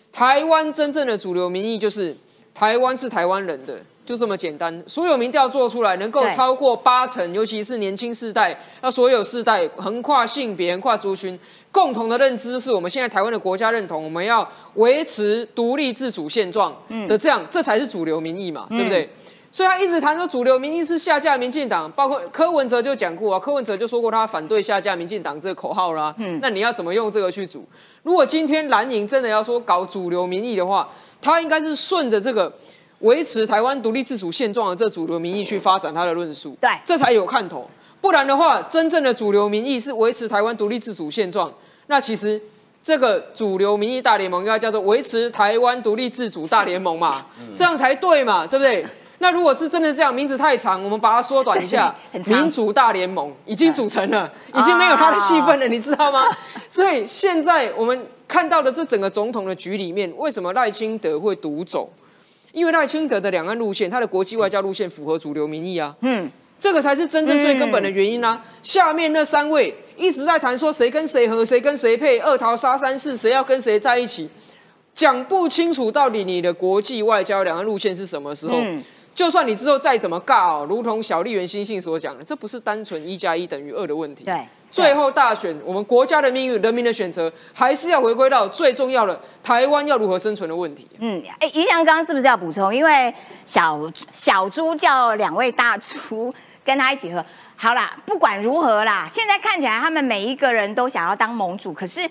就是台湾是台湾人的。就这么简单，所有民调做出来能够超过80%，尤其是年轻世代，那所有世代横跨性别、横跨族群，共同的认知是我们现在台湾的国家认同，我们要维持独立自主现状的这才是主流民意嘛，对不对？所以他一直谈说主流民意是下架民进党，包括柯文哲就讲过啊，柯文哲就说过他反对下架民进党这个口号啦。那你要怎么用这个去组？如果今天蓝营真的要说搞主流民意的话，他应该是顺着这个。维持台湾独立自主现状的这主流民意去发展他的论述， 对， 这才有看头。不然的话，真正的主流民意是维持台湾独立自主现状，那其实这个主流民意大联盟应该叫做维持台湾独立自主大联盟嘛，这样才对嘛，对不对？那如果是真的这样，名字太长，我们把它缩短一下，民主大联盟已经组成了，已经没有他的戏份了，你知道吗？所以现在我们看到的这整个总统的局里面，为什么赖清德会独走？因为赖清德的两岸路线，他的国际外交路线符合主流民意啊，这个才是真正最根本的原因啊。下面那3位一直在谈说谁跟谁合，谁跟谁配，二桃杀三士，谁要跟谁在一起，讲不清楚到底你的国际外交两岸路线是什么时候。就算你之后再怎么尬如同小笠原欣幸所讲的，这不是单纯1+1等于2的问题。 对。 最后大选，我们国家的命运、人民的选择，还是要回归到最重要的台湾要如何生存的问题。 宜翔刚刚是不是要补充？因为小猪叫2位大猪跟他一起喝。好啦，不管如何啦，现在看起来他们每一个人都想要当盟主，可是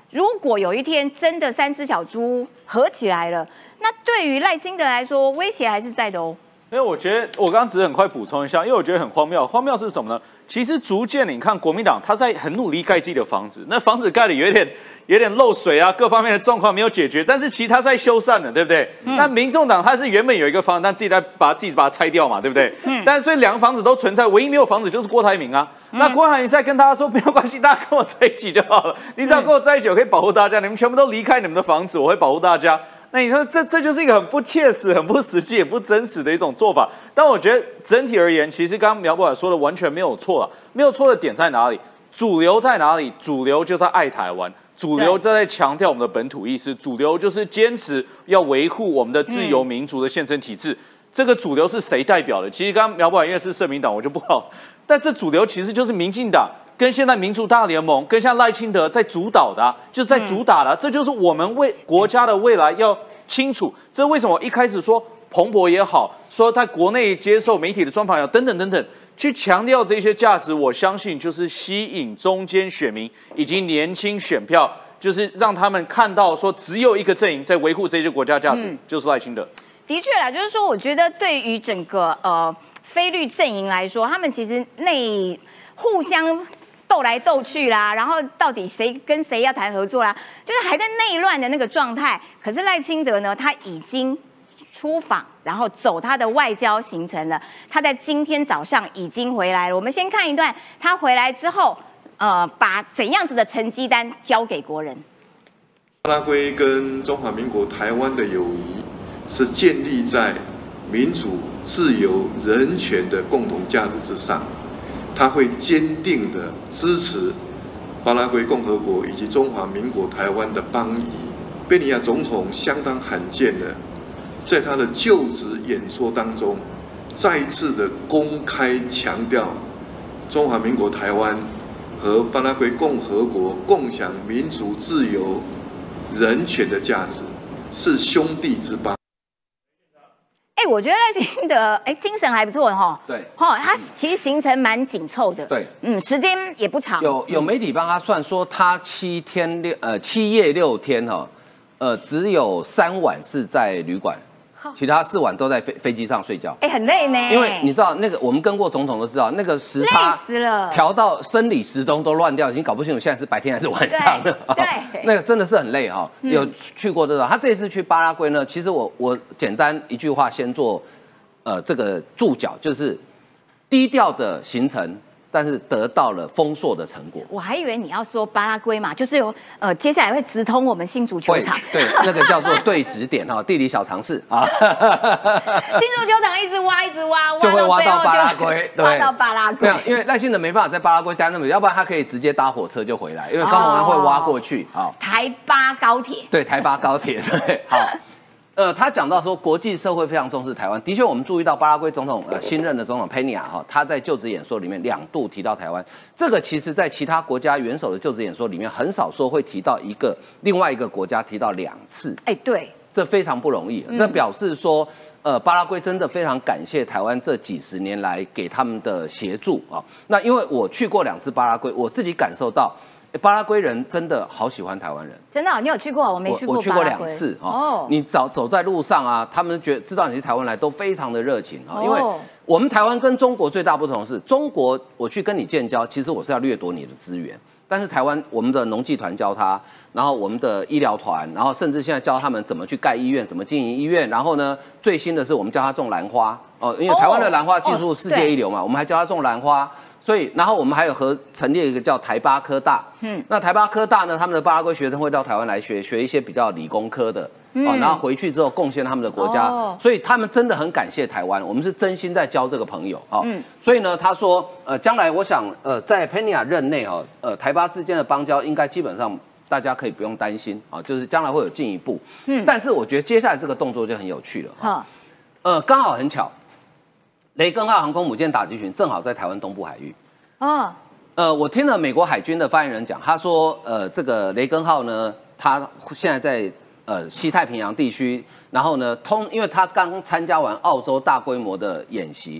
如果有一天真的3只小猪合起来了，那对于赖清德来说，威胁还是在的哦。 因为我觉得我刚刚只是很快补充一下，因为我觉得很荒谬。荒谬是什么呢？其实逐渐你看国民党他在很努力盖自己的房子，那房子盖的有点漏水啊，各方面的状况没有解决，但是其实他在修缮了，对不对？那民众党他是原本有一个房子，但自己把它拆掉嘛，对不对？但是所以2个房子都存在，唯一没有房子就是郭台铭啊。那郭台铭在跟大家说没有关系，大家跟我在一起就好了，你只要跟我在一起，我可以保护大家，你们全部都离开你们的房子，我会保护大家。那你说这就是一个很不切实、很不实际、也不真实的一种做法。但我觉得整体而言，其实刚刚苗博说的完全没有错了。没有错的点在哪里？主流在哪里？主流就是爱台湾，主流在强调我们的本土意识，主流就是坚持要维护我们的自由民主的宪政体制。这个主流是谁代表的？其实刚刚苗博因为是社民党，我就不好。但这主流其实就是民进党。跟现在民主大联盟，跟像赖清德在主导的、就是在主打的、这就是我们为国家的未来要清楚。这为什么我一开始说彭博也好，说在国内接受媒体的专访也好，等等等等，去强调这些价值，我相信就是吸引中间选民以及年轻选票，就是让他们看到说只有一个阵营在维护这些国家价值，就是赖清德。 的确啦，就是说，我觉得对于整个非绿阵营来说，他们其实互相斗来斗去啦，然后到底谁跟谁要谈合作啦，就是还在内乱的那个状态。可是赖清德呢，他已经出访，然后走他的外交行程了。他在今天早上已经回来了。我们先看一段他回来之后，把怎样子的成绩单交给国人。 巴拉圭跟中华民国台湾的友谊是建立在民主、自由、人权的共同价值之上。他会坚定地支持巴拉圭共和国以及中华民国台湾的邦谊。贝尼亚总统相当罕见的，在他的就职演说当中，再一次的公开强调中华民国台湾和巴拉圭共和国共享民主、自由、人权的价值，是兄弟之邦。 我觉得赖清德精神还不错哈。 对， 他其实行程蛮紧凑的。 对， 时间也不长。 有媒体帮他算说，他7夜6天只有3晚是在旅馆，其他4晚都在飞机上睡觉。 很累呢。 因为你知道那个我们跟过总统都知道，那个时差累死了， 调到生理时钟都乱掉，已经搞不清楚现在是白天还是晚上了。 对， 那个真的是很累哈。有去过的，他这次去巴拉圭呢，其实我简单一句话先做这个注脚，就是低调的行程，但是得到了丰硕的成果。我还以为你要说巴拉圭嘛，就是有接下来会直通我们新竹球场。 对，那个叫做对指点哈，地理小常识啊。 新竹球场一直挖， 就会挖到巴拉圭，对， 挖到巴拉圭。 因为赖清德没办法在巴拉圭待那么久，要不然他可以直接搭火车就回来，因为高虹安会挖过去。好， 台巴高铁。 对，台巴高铁。对，好。他讲到说，国际社会非常重视台湾。的确，我们注意到巴拉圭总统新任的总统佩尼亚他在就职演说里面2度提到台湾。这个其实在其他国家元首的就职演说里面很少说会提到另外一个国家提到2次。 对， 这非常不容易。这表示说，巴拉圭真的非常感谢台湾这几10年来给他们的协助啊。那因为我去过2次巴拉圭，我自己感受到。巴拉圭人真的好喜欢台湾人， 真的、你有去过？我没去过。 我去过2次你走在路上啊，他们知道你是台湾来，都非常的热情因为我们台湾跟中国最大不同是，中国我去跟你建交，其实我是要掠夺你的资源，但是台湾我们的农技团教他，然后我们的医疗团，然后甚至现在教他们怎么去盖医院，怎么经营医院，然后呢，最新的是我们教他种兰花因为台湾的兰花技术世界一流嘛，我们还教他种兰花。所以，然后我们还有成立一个叫台巴科大，那台巴科大呢，他们的巴拉圭学生会到台湾来学一些比较理工科的，然后回去之后贡献他们的国家，所以他们真的很感谢台湾，我们是真心在交这个朋友所以呢，他说，将来我想，在佩尼亚任内台巴之间的邦交应该基本上大家可以不用担心就是将来会有进一步，但是我觉得接下来这个动作就很有趣了刚好很巧。雷根号航空母舰打击群正好在台湾东部海域。我听了美国海军的发言人讲，他说，这个雷根号呢，他现在在西太平洋地区，然后呢，因为他刚参加完澳洲大规模的演习，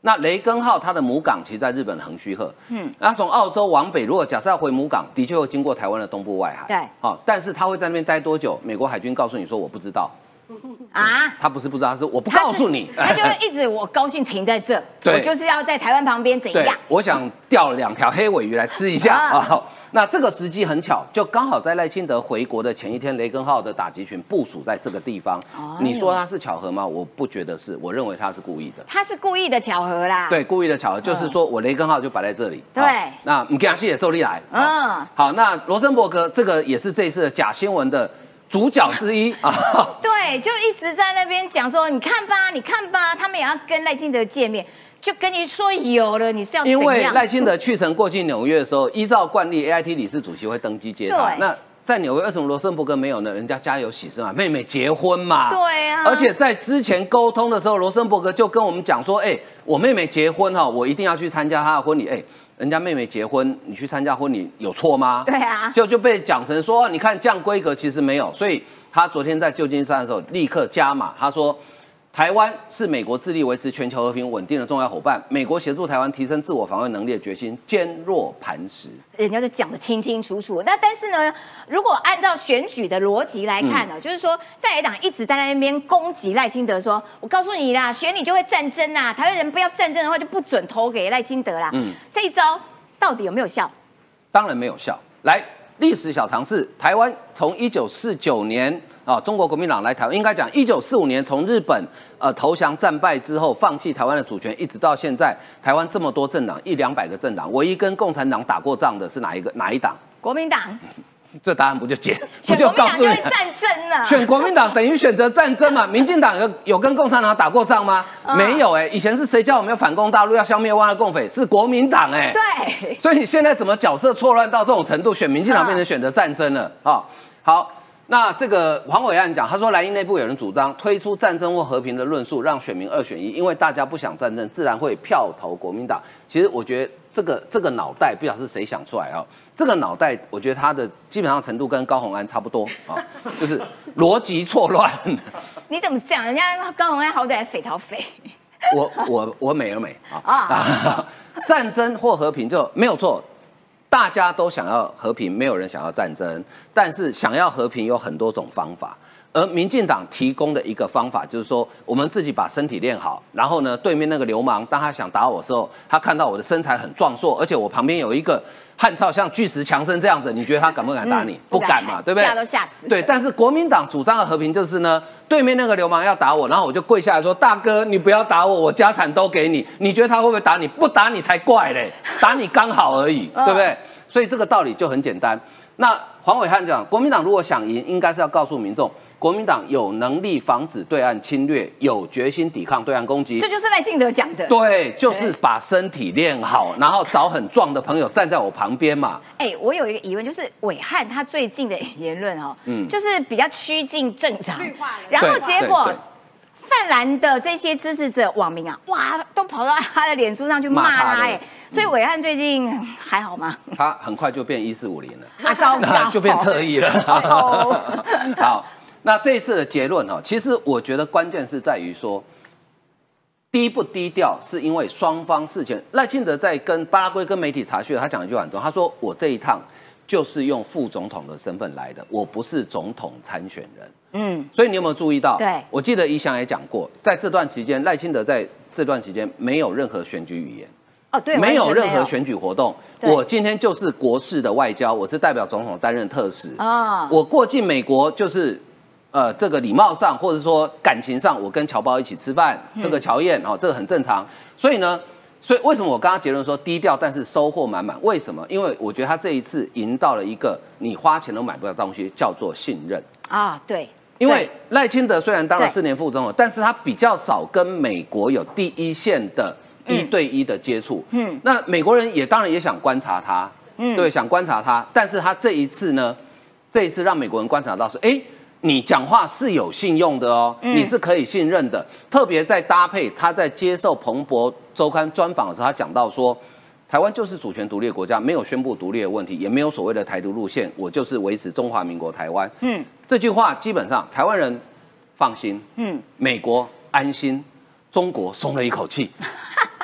那雷根号它的母港其实在日本的横须贺，那从澳洲往北，如果假设要回母港，的确会经过台湾的东部外海， 对， 好，但是它会在那边待多久？美国海军告诉你说我不知道。啊，他不是不知道，是我不告诉你， 他就会一直我高兴停在这，我就是要在台湾旁边怎样？ 我想钓2条黑尾鱼来吃一下啊。那这个时机很巧，就刚好在赖清德回国的前一天，雷根号的打击群部署在这个地方。你说它是巧合吗？我不觉得是，我认为他是故意的。 他是故意的巧合啦。 对，故意的巧合，就是说我雷根号就摆在这里。 对， 那你给他谢周丽来。好，那罗森伯格这个也是这一次的假新闻的主角之一啊， 对，就一直在那边讲说，你看吧，你看吧，他们也要跟赖清德见面，就跟你说有了，你是要怎样？ 因为赖清德去程过境纽约的时候，依照惯例 ，AIT 理事主席会登机接他。那在纽约，为什么罗森伯格没有呢？人家家有喜事嘛，妹妹结婚嘛。 对啊。 而且在之前沟通的时候，罗森伯格就跟我们讲说，我妹妹结婚哈，我一定要去参加她的婚礼。人家妹妹结婚，你去参加婚礼有错吗？ 对啊。 就被讲成说，你看这样规格其实没有，所以。他昨天在旧金山的时候立刻加码，他说，台湾是美国致力维持全球和平稳定的重要伙伴，美国协助台湾提升自我防卫能力的决心坚若磐石。 人家就讲得清清楚楚。那但是呢，如果按照选举的逻辑来看呢，就是说在野党一直在那边攻击赖清德说，我告诉你啦，选你就会战争啦，台湾人不要战争的话就不准投给赖清德啦。这一招到底有没有效？ 当然没有效。来。历史小常识，台湾从1949年中国国民党来台湾，应该讲1945年从日本投降战败之后，放弃台湾的主权，一直到现在，台湾这么多政党，100-200个政党，唯一跟共产党打过仗的是哪一党？ 国民党。 这答案不就告诉你战争了？ 选国民党等于选择战争嘛？民进党有跟共产党打过仗吗？没有以前是谁叫我们要反攻大陆，要消灭湾的共匪？是国民党对。 所以你现在怎么角色错乱到这种程度？选民进党变成选择战争了好，那这个黄伟汉讲，他说蓝营内部有人主张推出战争或和平的论述，让选民2选1，因为大家不想战争，自然会票投国民党。其实我觉得这个脑袋不晓得是谁想出来这个脑袋我觉得他的基本上程度跟高虹安差不多就是逻辑错乱。 你怎么讲？人家高虹安好歹匪逃匪。 我美而美战争或和平就没有错。大家都想要和平，没有人想要战争。但是想要和平有很多种方法，而民进党提供的一个方法就是说，我们自己把身体练好，然后呢，对面那个流氓，当他想打我的时候，他看到我的身材很壮硕，而且我旁边有一个汉超像巨石强森这样子，你觉得他敢不敢打你？不敢嘛，对不对？ 吓都吓死。 对，但是国民党主张的和平就是呢，对面那个流氓要打我，然后我就跪下来说：“大哥，你不要打我，我家产都给你。”你觉得他会不会打你？不打你才怪嘞，打你刚好而已，对不对？所以这个道理就很简单。那黄伟汉讲，国民党如果想赢，应该是要告诉民众，国民党有能力防止对岸侵略，有决心抵抗对岸攻击。 这就是赖清德讲的。 对，就是把身体练好，然后找很壮的朋友站在我旁边嘛。 我有一个疑问，就是伟汉他最近的言论就是比较趋近正常，然后结果。泛蓝的这些支持者网民都跑到他的脸书上去骂他所以伟汉最近还好吗？ 他很快就变1450了， 糟糕， 就变侧翼了。好，那这一次的结论其实我觉得关键是在于说，低不低调，是因为双方事前赖清德在跟巴拉圭跟媒体查询，他讲一句话很重要，他说我这一趟就是用副总统的身份来的，我不是总统参选人。所以你有没有注意到？ 对， 我记得宜翔也讲过，在这段期间，赖清德在这段期间没有任何选举语言， 对， 没有任何选举活动。我今天就是国事的外交，我是代表总统担任特使我过境美国就是这个礼貌上或者说感情上，我跟侨胞一起吃饭，吃个侨宴这个很正常。所以为什么我刚刚结论说低调，但是收获满满？为什么？因为我觉得他这一次赢到了一个你花钱都买不到的东西，叫做信任对。 因为赖清德虽然当了4年副总统，但是他比较少跟美国有第一线的1对1的接触。那美国人也当然也想观察他，对，想观察他。但是他这一次让美国人观察到说，你讲话是有信用的你是可以信任的。特别在搭配他在接受彭博周刊专访的时候，他讲到说，台湾就是主权独立的国家，没有宣布独立的问题，也没有所谓的台独路线，我就是维持中华民国台湾。这句话基本上台湾人放心，美国安心，中国松了一口气。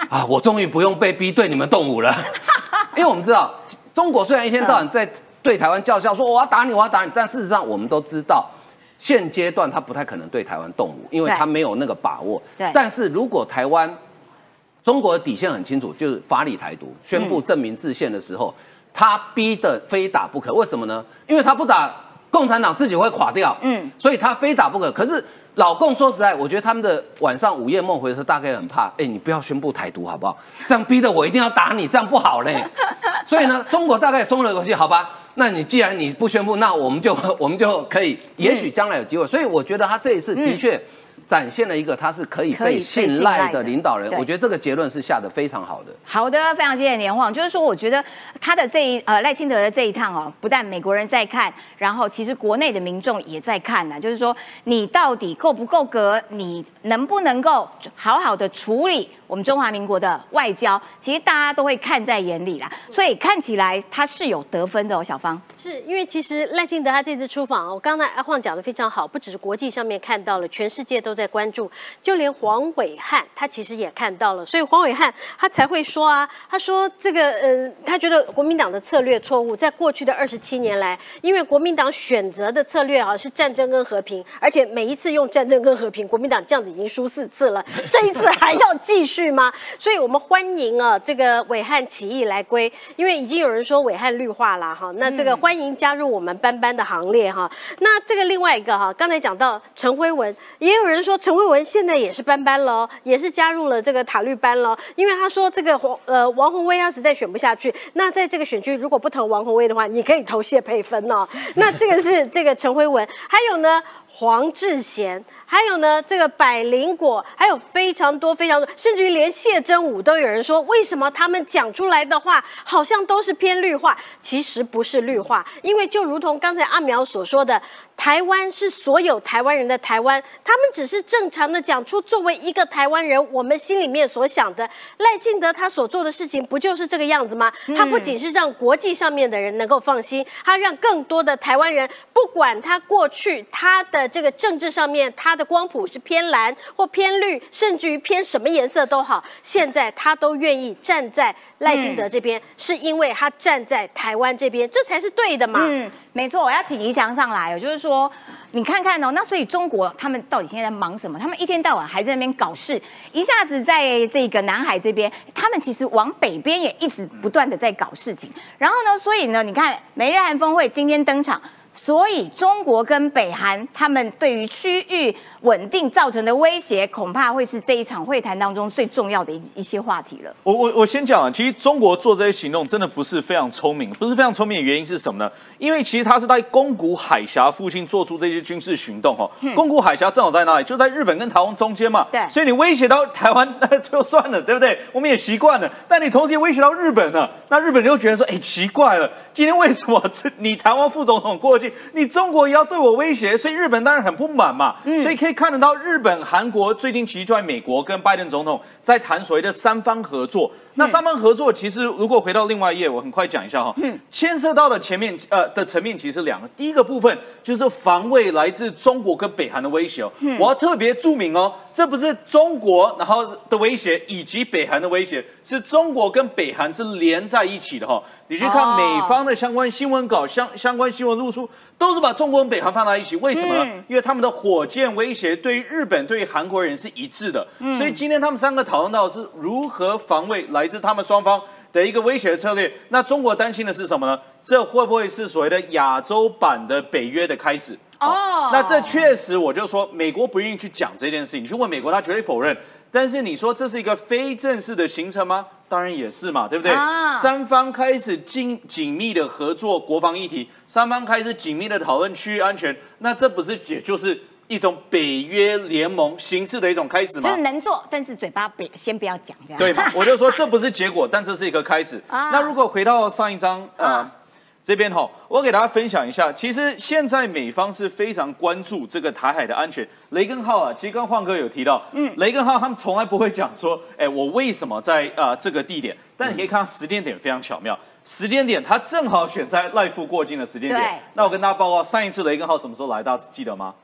啊，我终于不用被逼对你们动武了，因为我们知道中国虽然一天到晚在对台湾叫嚣说我要打你，我要打你，但事实上我们都知道。现阶段他不太可能对台湾动武，因为他没有那个把握。对。但是如果台湾，中国的底线很清楚，就是法理台独，宣布证明制宪的时候，他逼得非打不可。为什么呢？因为他不打，共产党自己会垮掉。所以他非打不可。可是老共说实在，我觉得他们的晚上午夜梦回的时候，大概很怕，你不要宣布台独好不好？这样逼得我一定要打你，这样不好嘞。所以呢，中国大概松了一口气，好吧？那你既然你不宣布，那我们就可以，也许将来有机会。所以我觉得他这一次的确展现了一个他是可以被信赖的领导人。我觉得这个结论是下得非常好的。 好的，非常谢谢年晃。就是说，我觉得他的赖清德的这一趟哦，不但美国人在看，然后其实国内的民众也在看呢。就是说，你到底够不够格？你能不能够好好的处理我们中华民国的外交？其实大家都会看在眼里啦。所以看起来他是有得分的哦，小芳。 是因为其实赖清德他这次出访，我刚才阿晃讲的非常好，不只是国际上面看到了，全世界都在关注，就连黄伟汉他其实也看到了，所以黄伟汉他才会说啊，他说这个他觉得国民党的策略错误，在过去的27年来，因为国民党选择的策略啊是战争跟和平，而且每一次用战争跟和平，国民党这样子已经输4次了，这一次还要继续吗？所以我们欢迎啊这个伟汉起义来归，因为已经有人说伟汉绿化啦哈，那这个欢迎加入我们班班的行列哈。那这个另外一个哈，刚才讲到陈辉文，也有人说陈辉文现在也是班班了，也是加入了这个塔绿班了，因为他说这个王宏威他实在选不下去，那在这个选区如果不投王宏威的话，你可以投谢佩芬哦。那这个是这个陈辉文，还有呢黄志贤。还有呢，这个百灵果，还有非常多，甚至于连谢真武都有人说，为什么他们讲出来的话好像都是偏绿化？其实不是绿化，因为就如同刚才阿苗所说的，台湾是所有台湾人的台湾，他们只是正常的讲出作为一个台湾人我们心里面所想的。赖清德他所做的事情不就是这个样子吗？他不仅是让国际上面的人能够放心，他让更多的台湾人，不管他过去他的这个政治上面他的光谱是偏蓝或偏绿，甚至于偏什么颜色都好，现在他都愿意站在赖清德这边，是因为他站在台湾这边，这才是对的嘛。 没错，我要请宜翔上来哦，就是说你看看哦，那所以中国他们到底现在在忙什么？他们一天到晚还在那边搞事，一下子在这个南海这边，他们其实往北边也一直不断的在搞事情。然后呢，所以呢，你看美日韩峰会今天登场。所以中国跟北韩他们对于区域稳定造成的威胁，恐怕会是这一场会谈当中最重要的一些话题了。 我先讲啊，其实中国做这些行动真的不是非常聪明，不是非常聪明的原因是什么呢？因为其实它是在宫古海峡附近做出这些军事行动哦。宫古海峡正好在哪里？就在日本跟台湾中间嘛。对，所以你威胁到台湾就算了，对不对？我们也习惯了。但你同时也威胁到日本了，那日本就觉得说，奇怪了，今天为什么你台湾副总统过去？你中国也要对我威胁，所以日本当然很不满嘛。所以可以看得到，日本、韩国最近其实就在美国跟拜登总统在谈所谓的3方合作。那3方合作其实如果回到另外一页，我很快讲一下哈。牵涉到的层面其实2个，第一个部分就是防卫来自中国跟北韩的威胁哦。我要特别注明哦，这不是中国然后的威胁以及北韩的威胁，是中国跟北韩是连在一起的哈。你去看美方的相关新闻稿、相关新闻路数，都是把中国跟北韩放在一起。为什么呢？因为他们的火箭威胁对于日本、对于韩国人是一致的。所以今天他们3个讨论到的是如何防卫来自他们双方的一个威胁的策略。那中国担心的是什么呢？这会不会是所谓的亚洲版的北约的开始？那这确实，我就说美国不愿意去讲这件事情，你去问美国，他绝对否认。但是你说这是一个非正式的行程吗？当然也是嘛，对不对？3方开始紧密的合作国防议题，3方开始紧密的讨论区域安全，那这不是也就是一种北约联盟形式的一种开始吗？ 就是能做，但是嘴巴先不要讲，这样对嘛？我就说这不是结果，但这是一个开始。那如果回到上一章这边我给大家分享一下，其实现在美方是非常关注这个台海的安全。雷根号啊，其实刚晃哥有提到，雷根号他们从来不会讲说，我为什么在这个地点，但你可以看到时间点非常巧妙，时间点它正好选在赖富过境的时间点。那我跟大家报告，上一次雷根号什么时候来，大家记得吗？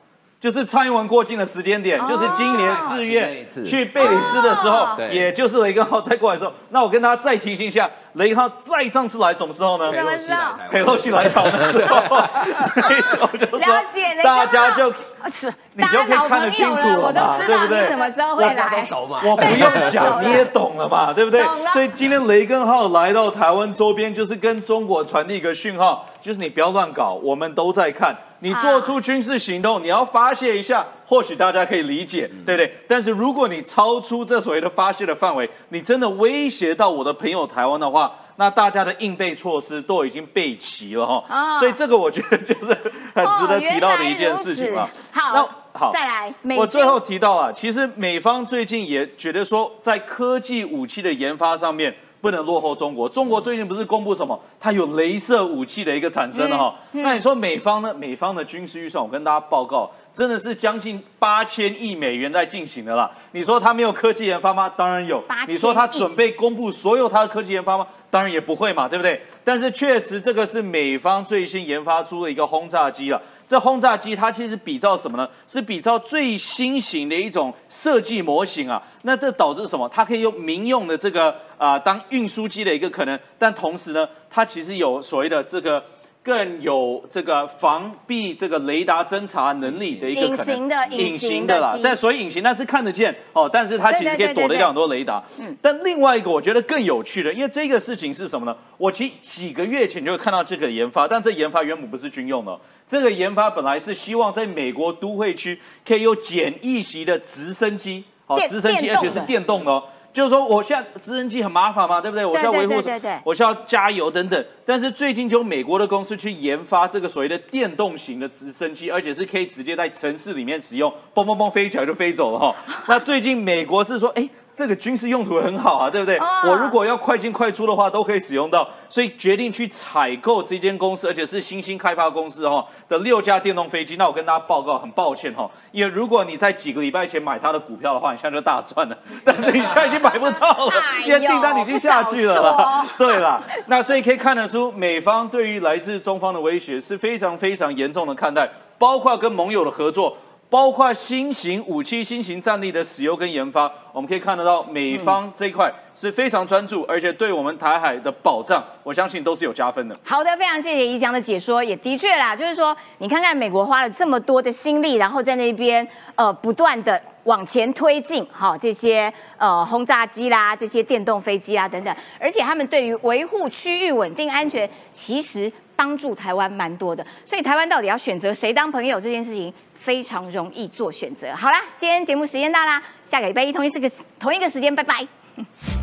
就是蔡英文过境的时间点，就是今年4月去贝里斯的时候，也就是雷根号再过来的时候。那我跟大家再提醒一下，雷根号再上次来什么时候呢？裴洛西来台湾的时候，所以我就说，大家就你就可以看得清楚了嘛，对不对？ 什么时候会来？ 我不用讲，你也懂了嘛，对不对？所以今天雷根号来到台湾周边，就是跟中国传递一个讯号，就是你不要乱搞，我们都在看。你做出军事行动，你要发泄一下，或许大家可以理解，对不对？但是如果你超出这所谓的发泄的范围，你真的威胁到我的朋友台湾的话，那大家的应备措施都已经备齐了哈。所以这个我觉得就是很值得提到的一件事情嘛。 好，再来， 我最后提到了，其实美方最近也觉得说，在科技武器的研发上面不能落后中国。中国最近不是公布什么，它有雷射武器的一个产生了哈。那你说美方呢？美方的军事预算，我跟大家报告，真的是将近8000亿美元在进行的啦。你说它没有科技研发吗？当然有。你说它准备公布所有它的科技研发吗？当然也不会嘛，对不对？但是确实这个是美方最新研发出的一个轰炸机了。这轰炸机它其实比照什么呢？是比照最新型的一种设计模型啊。那这导致什么？它可以用民用的这个当运输机的一个可能，但同时呢，它其实有所谓的这个更有这个防避这个雷达侦察能力的一个可能，隐形的啦。但所以隐形那是看得见哦，但是它其实可以躲得掉很多雷达。但另外一个我觉得更有趣的，因为这个事情是什么呢？我几个月前就会看到这个研发，但这研发原本不是军用的。这个研发本来是希望在美国都会区可以有简易型的直升机，直升机而且是电动的哦。就是说，我现在直升机很麻烦嘛，对不对？我需要维护，我需要加油等等。但是最近就美国的公司去研发这个所谓的电动型的直升机，而且是可以直接在城市里面使用，嘣嘣嘣飞起来就飞走了哈。那最近美国是说，这个军事用途很好啊，对不对？我如果要快进快出的话，都可以使用到，所以决定去采购这间公司，而且是新兴开发公司的6架电动飞机。那我跟大家报告，很抱歉因为如果你在几个礼拜前买它的股票的话，你现在就大赚了，但是你现在已经买不到了，因为订单已经下去了啦。对啦，那所以可以看得出，美方对于来自中方的威胁是非常非常严重的看待，包括跟盟友的合作。包括新型武器、新型战力的使用跟研发，我们可以看得到美方这一块是非常专注，而且对我们台海的保障，我相信都是有加分的。 好的，非常谢谢宜翔的解说，也的确啦，就是说，你看看美国花了这么多的心力，然后在那边不断的往前推进，这些轰炸机啦、这些电动飞机啦等等，而且他们对于维护区域稳定安全，其实帮助台湾蛮多的。所以台湾到底要选择谁当朋友这件事情，非常容易做选择。好啦，今天节目时间到啦，下个礼拜一同一个时间，拜拜。